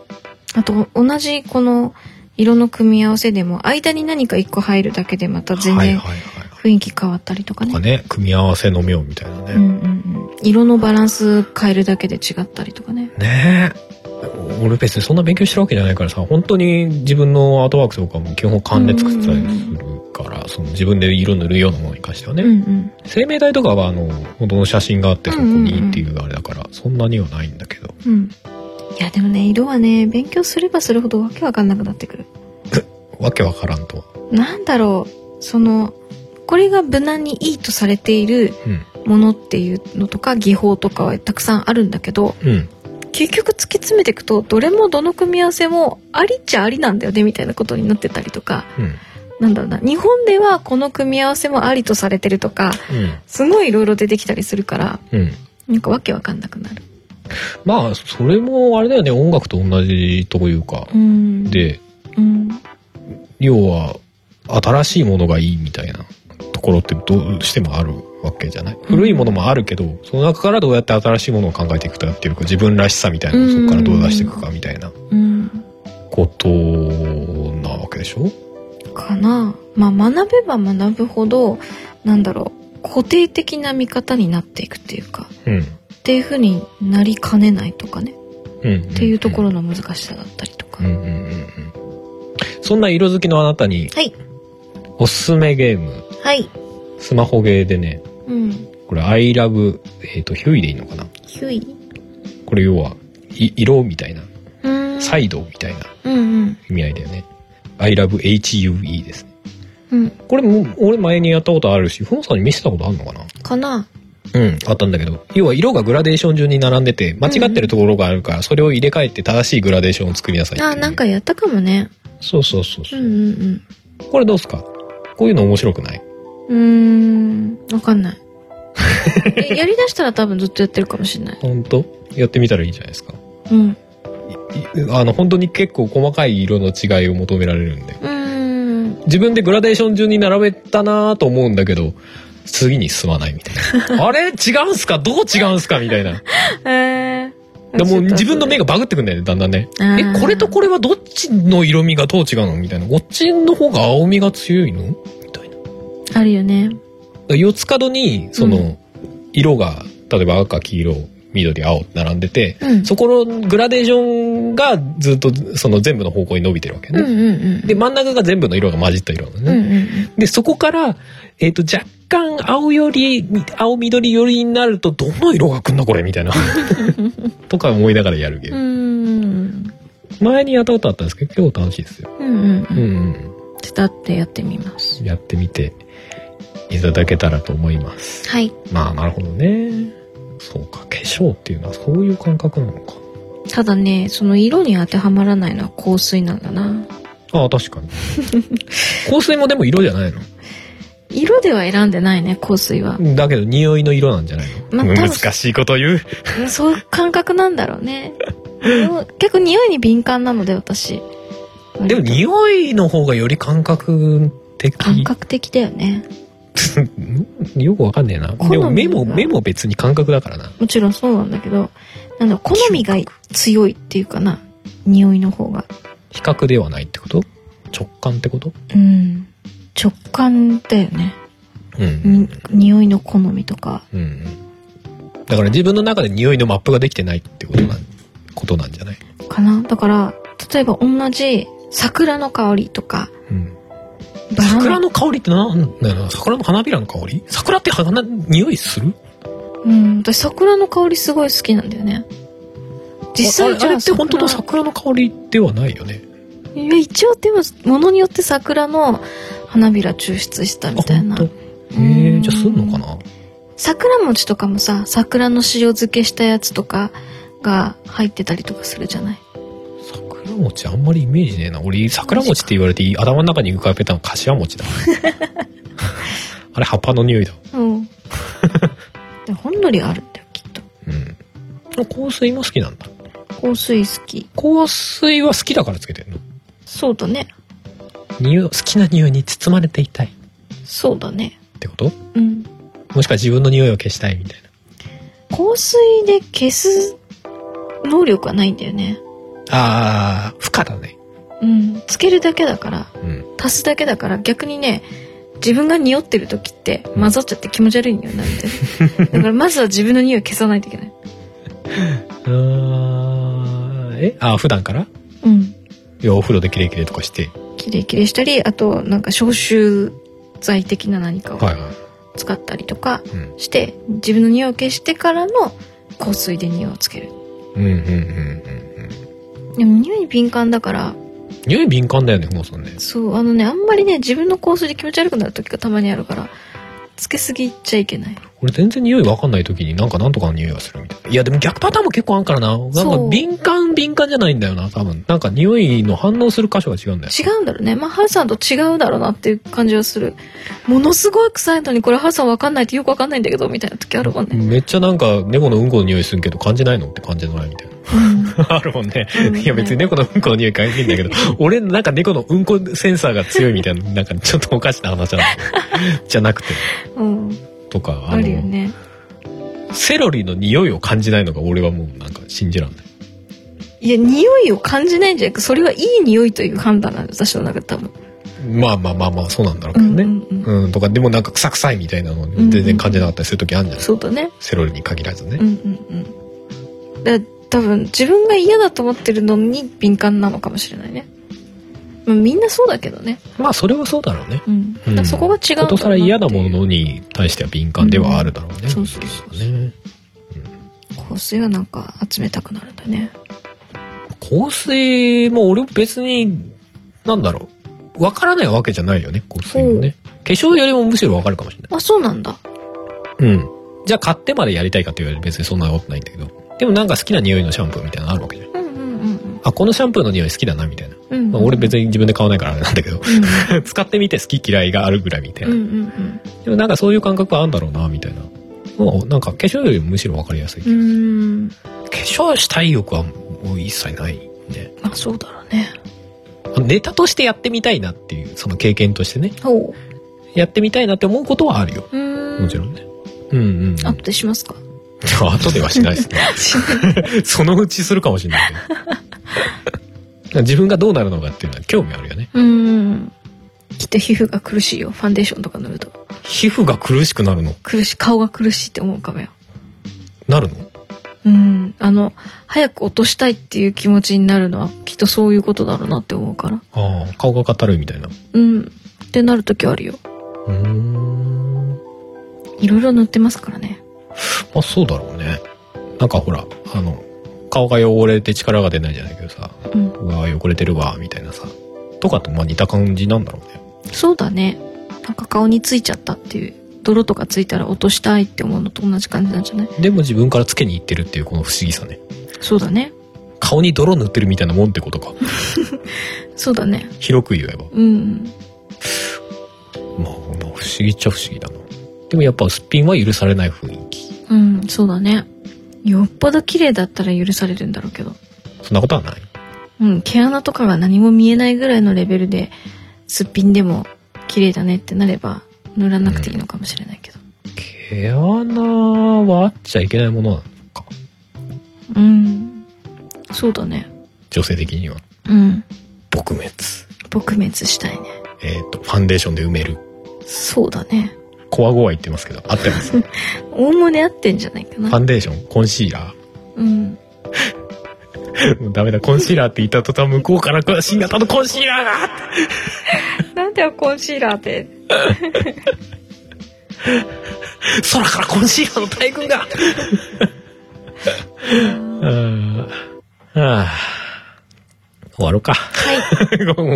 あと同じこの色の組み合わせでも間に何か一個入るだけでまた全然、はいはいはい雰囲気変わったりとかね。とかね、組み合わせの妙みたいなね、うんうんうん。色のバランス変えるだけで違ったりとかね。 ねえ。俺別にそんな勉強してるわけじゃないからさ、本当に自分のアートワークとかも基本勘で作ってたりするから、うんうんうん、その自分で色塗るようなものに関してはね。うんうん、生命体とかはあの本当の写真があってそこにっていうあれだから、うんうんうん、そんなにはないんだけど。うん、 いやでもね色はね勉強すればするほどわけわかんなくなってくる。 わけわからんとは。 なんだろうその。これが無難にいいとされているものっていうのとか、うん、技法とかはたくさんあるんだけど、うん、結局突き詰めていくとどれもどの組み合わせもありっちゃありなんだよねみたいなことになってたりとか、うん、なんだろうな日本ではこの組み合わせもありとされてるとか、うん、すごいいろいろ出てきたりするから、うん、なんかわけわかんなくなる。 まあそれもあれだよね音楽と同じというか、うん、で、うん、要は新しいものがいいみたいなところってどうしてもあるわけじゃない。古いものもあるけど、うん、その中からどうやって新しいものを考えていくかっていうか自分らしさみたいなのをそこからどう出していくかみたいなことなわけでしょかな。まあ学べば学ぶほどなんだろう固定的な見方になっていくっていうか、うん、っていう風になりかねないとかね、うんうんうん、っていうところの難しさだったりとか、うんうんうんうん、 そんな色好きのあなたに、はい、おすすめゲーム、はい、スマホゲーでね、うん、これ I love、えーと、ヒュイでいいのかな。 ヒュイこれ要はい色みたいなサイドみたいな意味合いだよね、うんうん、I love エイチユーイー ですね、うん、これも俺前にやったことあるしふもさんに見せたことあるのかなかな。 うんあったんだけど要は色がグラデーション順に並んでて間違ってるところがあるから、うん、それを入れ替えて正しいグラデーションを作りなさいっていう、 ね、あなんかやったかもね。 そうそうそうそう、うんうんうん、これどうすかこういうの面白くない？ うーん、わかんない。やりだしたら多分ずっとやってるかもしれない。 本当？やってみたらいいんじゃないですか。うん。あの本当に結構細かい色の違いを求められるんで。うーん。自分でグラデーション順に並べたなと思うんだけど、次に進まないみたいな。あれ違うんすか？どう違うんすかみたいな。えー。でも自分の目がバグってくんだよねだんだんね。えこれとこれはどっちの色味がどう違うのみたいな。こっちの方が青みが強いのみたいな。 あるよね。 四つ角にその色が、うん、例えば赤黄色緑青並んでて、うん、そこのグラデーションがずっとその全部の方向に伸びてるわけね、うんうんうん、で真ん中が全部の色が混じった色なのね、うんうんうん、でそこから、えーと、若干青より青緑よりになるとどの色がくんなこれみたいなとか思いながらやるゲーム。うん前にやったことあったんですけど今日楽しいですよ。うんうんうん、うん、 ちょっとってやってみます。 やってみていただけたらと思います。はい。まあなるほどね。そうか化粧っていうのはそういう感覚なのか。 ただねその色に当てはまらないのは香水なんだな。 ああ確かに香水もでも色じゃないの。 色では選んでないね香水は。 だけど匂いの色なんじゃないの、まあ、難しいこと言うそういう感覚なんだろうね結構匂いに敏感なので私。 でも匂いの方がより感覚的。 感覚的だよねよくわかんねえな。でも目も目も別に感覚だからな。 もちろんそうなんだけどなんだ好みが強いっていうかな匂いの方が。 比較ではないってこと？直感ってこと？ うん直感だよね、うん、匂いの好みとか、うん、 だから自分の中で匂いのマップができてないってことな、ことなんじゃないかな。だから例えば同じ桜の香りとか、うん、 桜の香りってなんだよな。桜の花びらの香り桜って花匂いする？ うん、私桜の香りすごい好きなんだよね。 実際じゃああれって本当の桜の香りではないよね。 いや一応でもものによって桜の花びら抽出したみたいな。 へえ、じゃあすんのかな。 桜餅とかもさ、桜の塩漬けしたやつとかが入ってたりとかするじゃない。 桜餅あんまりイメージねえな。俺桜餅って言われて頭の中に浮かべたの柏餅だ。あれ葉っぱの匂いだ。うん。 でほんのりあるんだよきっと。 うん。香水も好きなんだ。 香水好き。 香水は好きだからつけてるの。 そうだね。 匂い、好きな匂いに包まれていたい。 そうだね。 ってこと？ うん。 もしくは自分の匂いを消したいみたいな。香水で消す能力はないんだよね。 ああ、負荷だね。 うん。つけるだけだから、 うん、 足すだけだから逆にね、自分が匂ってる時って混ざっちゃって気持ち悪い匂いになるんだよね。だからまずは自分の匂いを消さないといけない。 あえあ普段から？ うん。 いやお風呂でキレイキレイとかして。 キレイキレイしたり、あとなんか消臭剤的な何かを使ったりとかして、はいはいうん、自分の匂いを消してからの香水で匂いをつける。 うんうんうんうんうん。 でも匂いに敏感だから。 匂い敏感だよね、ふもさんね。 そうあのねあんまりね自分の香水で気持ち悪くなる時がたまにあるからつけすぎちゃいけない。 俺全然匂いわかんない時になんかなんとかの匂いがするみたいな。いやでも逆パターンも結構あるからな。なんか敏感敏感じゃないんだよな多分。なんか匂いの反応する箇所が違うんだよ。 違うんだろうね。まあハルさんと違うだろうなっていう感じはする。ものすごい臭いのにこれハルさんわかんないってよくわかんないんだけどみたいな時あるもんね。 めっちゃなんか猫のうんこの匂いするけど感じないのって感じないみたいな。うん、あるもんね。いや別に猫のうんこの匂い感じるんだけど、俺なんか猫のうんこセンサーが強いみたいななんかちょっとおかしな話なんだじゃなくて。 うん。 とかあるよね。 セロリの匂いを感じないのが俺はもうなんか信じらんない。 いや匂いを感じないんじゃなくそれはいい匂いという判断なんです私の中で多分。 まあまあまあまあそうなんだろうけどね。うんうんうんうん、とかでもなんか臭臭いみたいなの全然感じなかったりする時あるんじゃない、 うんうん、そうだね。 セロリに限らずね。 うんうんうん。だ多分自分が嫌だと思ってるのに敏感なのかもしれないね。まあ、みんなそうだけどね。 まあそれはそうだろうね。 うん。だからそこが違うことさら嫌なものに対しては敏感ではあるだろうね。 うん、そうそうそうそう。ね、うん、香水はなんか集めたくなるんだね。 香水も俺別になんだろうわからないわけじゃないよね香水もね。化粧よりもむしろわかるかもしれない。 あそうなんだ。 うん。じゃあ買ってまでやりたいかって言われる別にそんなことないんだけど。でもなんか好きな匂いのシャンプーみたいなのあるわけじゃん。うんうんうん。あこのシャンプーの匂い好きだなみたいな。うんうんまあ、俺別に自分で買わないからあれなんだけど、うんうん、使ってみて好き嫌いがあるぐらいみたいな、うんうんうん、でもなんかそういう感覚はあるんだろうなみたいなもうなんか化粧よりもむしろ分かりやすい。うん化粧したい欲はもう一切ないね。 あそうだろうね。 ネタとしてやってみたいなっていうその経験としてねやってみたいなって思うことはあるよ。もちろんね。うんうん、うん、 後でしますか。 後ではしないですねそのうちするかもしれないけど自分がどうなるのかっていうのは興味あるよね。うんきっと皮膚が苦しいよファンデーションとか塗ると。 皮膚が苦しくなるの？ 苦しい顔が苦しいって思うかもよ。 なるの？ うんあの早く落としたいっていう気持ちになるのはきっとそういうことだろうなって思うから。 ああ顔が硬るみたいな。 うんってなる時あるよ。うーんいろいろ塗ってますからね。 まあそうだろうね。なんかほらあの顔が汚れて力が出ないじゃないけどさ、うん、うわ汚れてるわみたいなさとかとまあ似た感じなんだろうね。 そうだね。なんか顔についちゃったっていう泥とかついたら落としたいって思うのと同じ感じなんじゃない？ でも自分からつけに行ってるっていうこの不思議さね。 そうだね。 顔に泥塗ってるみたいなもんってことかそうだね。 広く言えばうんまあ、まあ不思議っちゃ不思議だな。でもやっぱすっぴんは許されない雰囲気。 うんそうだね。よっぽど綺麗だったら許されるんだろうけど。 そんなことはない。 うん毛穴とかが何も見えないぐらいのレベルですっぴんでも綺麗だねってなれば塗らなくていいのかもしれないけど、 うん、毛穴はあっちゃいけないものなのか。 うんそうだね。 女性的にはうん撲滅撲滅したいね。 えっとファンデーションで埋める。 そうだね。 コワゴワ言ってますけど合ってますおおむね合ってんじゃないかな。 ファンデーションコンシーラーうんもうダメだコンシーラーって言った途端向こうから新型のコンシーラーがなんだよコンシーラーって空からコンシーラーの大群がああ、終わろうか。はい。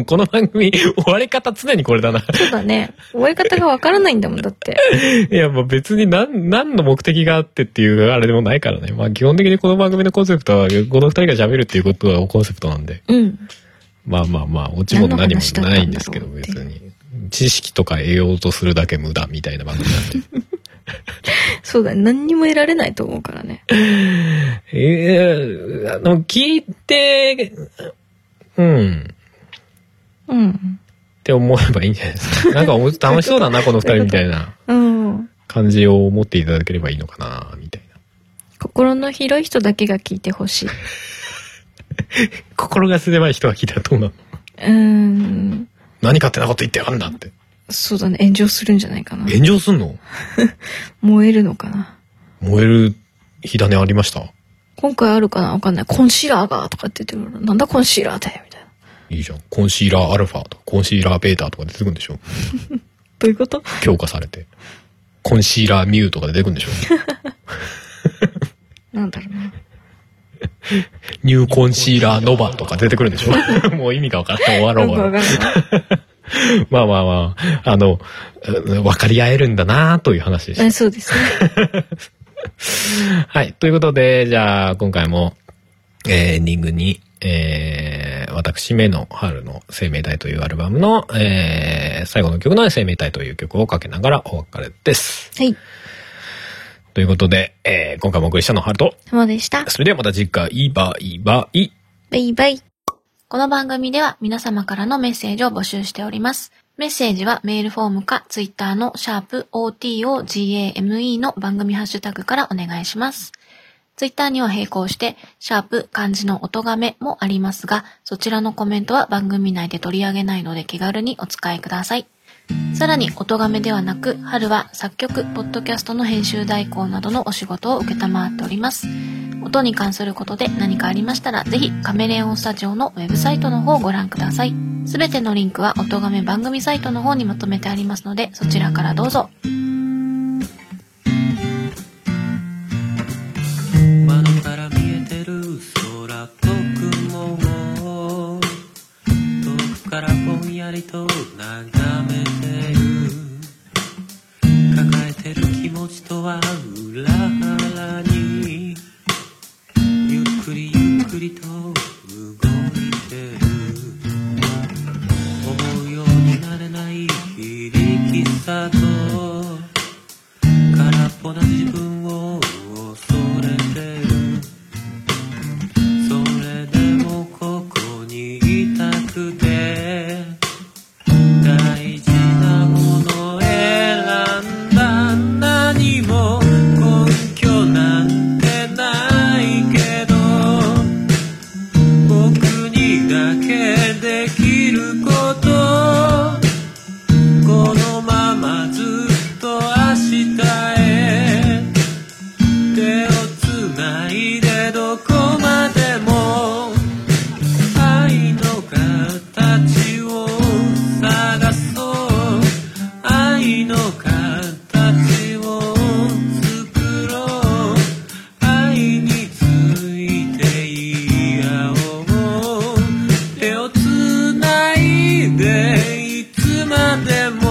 この番組終わり方常にこれだな。 そうだね。終わり方がわからないんだもんだって。 いや、まあ別に何何の目的があってっていうあれでもないからね。まあ基本的にこの番組のコンセプトはこの二人が喋るっていうことがコンセプトなんで。うん。まあまあまあオチも何もないんですけど別に知識とか得ようとするだけ無駄みたいな番組なんで。 そうだね。何にも得られないと思うからね。 ええー、あの聞いて。うん。うん。って思えばいいんじゃないですか。なんか楽しそうだな、この二人みたいな感じを持っていただければいいのかな、みたいな。 心の広い人だけが聞いてほしい。 心が狭い人が聞いたらどうなの？うーん。何勝手なこと言ってやがんだって。 そうだね。炎上するんじゃないかな。 炎上すんの？ 燃えるのかな。 燃える火種ありました？ 今回あるかなわかんない。コンシーラーがとかって言ってる。なんだコンシーラーってみたいな。 いいじゃん。コンシーラーアルファとかコンシーラーベータとか出てくるんでしょ。 どういうこと？ 強化されて。コンシーラーミューとか出てくるんでしょ。 なんだろうな。 ニューコンシーラーノバとか出てくるんでしょ。もう意味が分からない。終わろう終わろう。まあまあまあ、あの、分かり合えるんだなという話でした。 そうですね。 はい。ということで、じゃあ、今回も、えー、エンディングに、えー、私、目の春の生命体というアルバムの、えー、最後の曲の生命体という曲をかけながらお別れです。はい。ということで、えー、今回もお送りしたのは春と、 浜でした。 それではまた次回、バイバイ。 バイバイ。この番組では皆様からのメッセージを募集しております。メッセージはメールフォームかツイッターのシャープ オーティーオージーエーエムイー の番組ハッシュタグからお願いします。ツイッターには並行してシャープ漢字の音がめもありますが、そちらのコメントは番組内で取り上げないので気軽にお使いください。さらに音がめではなく、春は作曲、ポッドキャストの編集代行などのお仕事を受けたまわっております。音に関することで何かありましたら、ぜひカメレオンスタジオのウェブサイトの方をご覧ください。すべてのリンクは音がめ番組サイトの方にまとめてありますので、そちらからどうぞ。窓から見えてる空と雲を遠くからぼんやりと眺めてる。抱えてる気持ちとは裏腹にゆっくりゆっくりと動いてる。思うようになれない非力さと空っぽな自分を恐れてる。それでもここにいたくて大事なもの選んだ。何も根拠なんてないけど僕にだけできること、このままずっと明日へ手をつないでどこまでも愛の形を探そう。愛の形を作ろう。愛について言い合おう。手をつないでいつまでも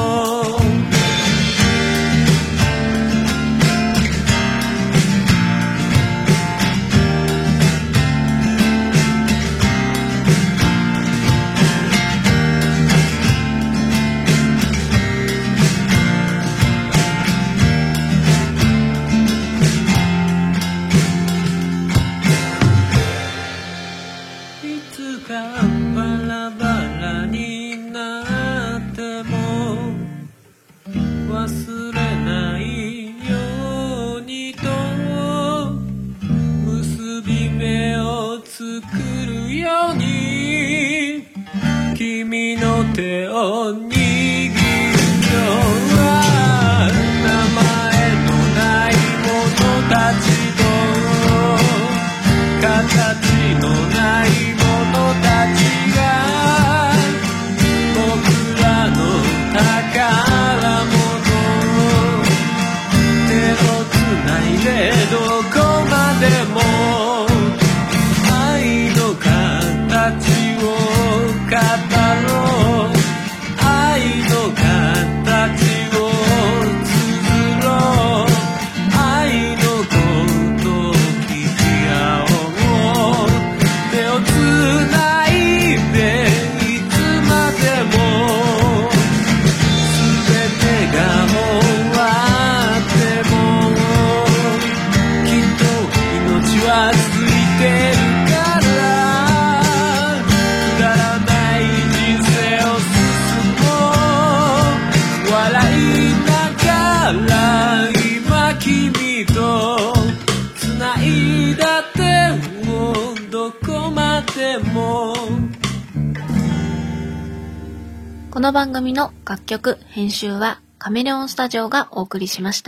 忘れないようにと結び目を作るように君の手を握る。今日は名前のない者たちと形のない者たちが僕らの宝物この番組の楽曲編集はカメレオンスタジオがお送りしました。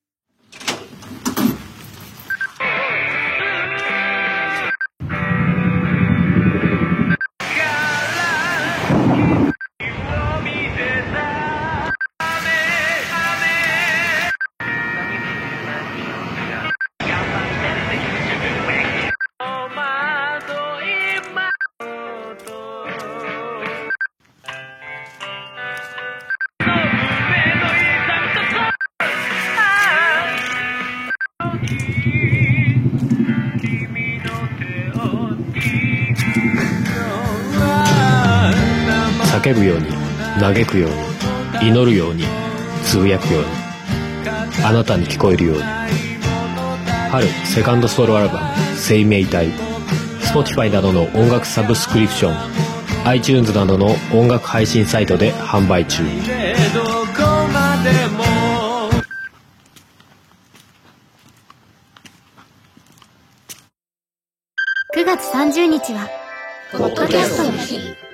叫ぶように嘆くように祈るようにつぶやくようにあなたに聞こえるように。春セカンドソロアルバム生命体 Spotify などの音楽サブスクリプション iTunes などの音楽配信サイトで販売中。 くがつさんじゅうにちはポッドキャストの日。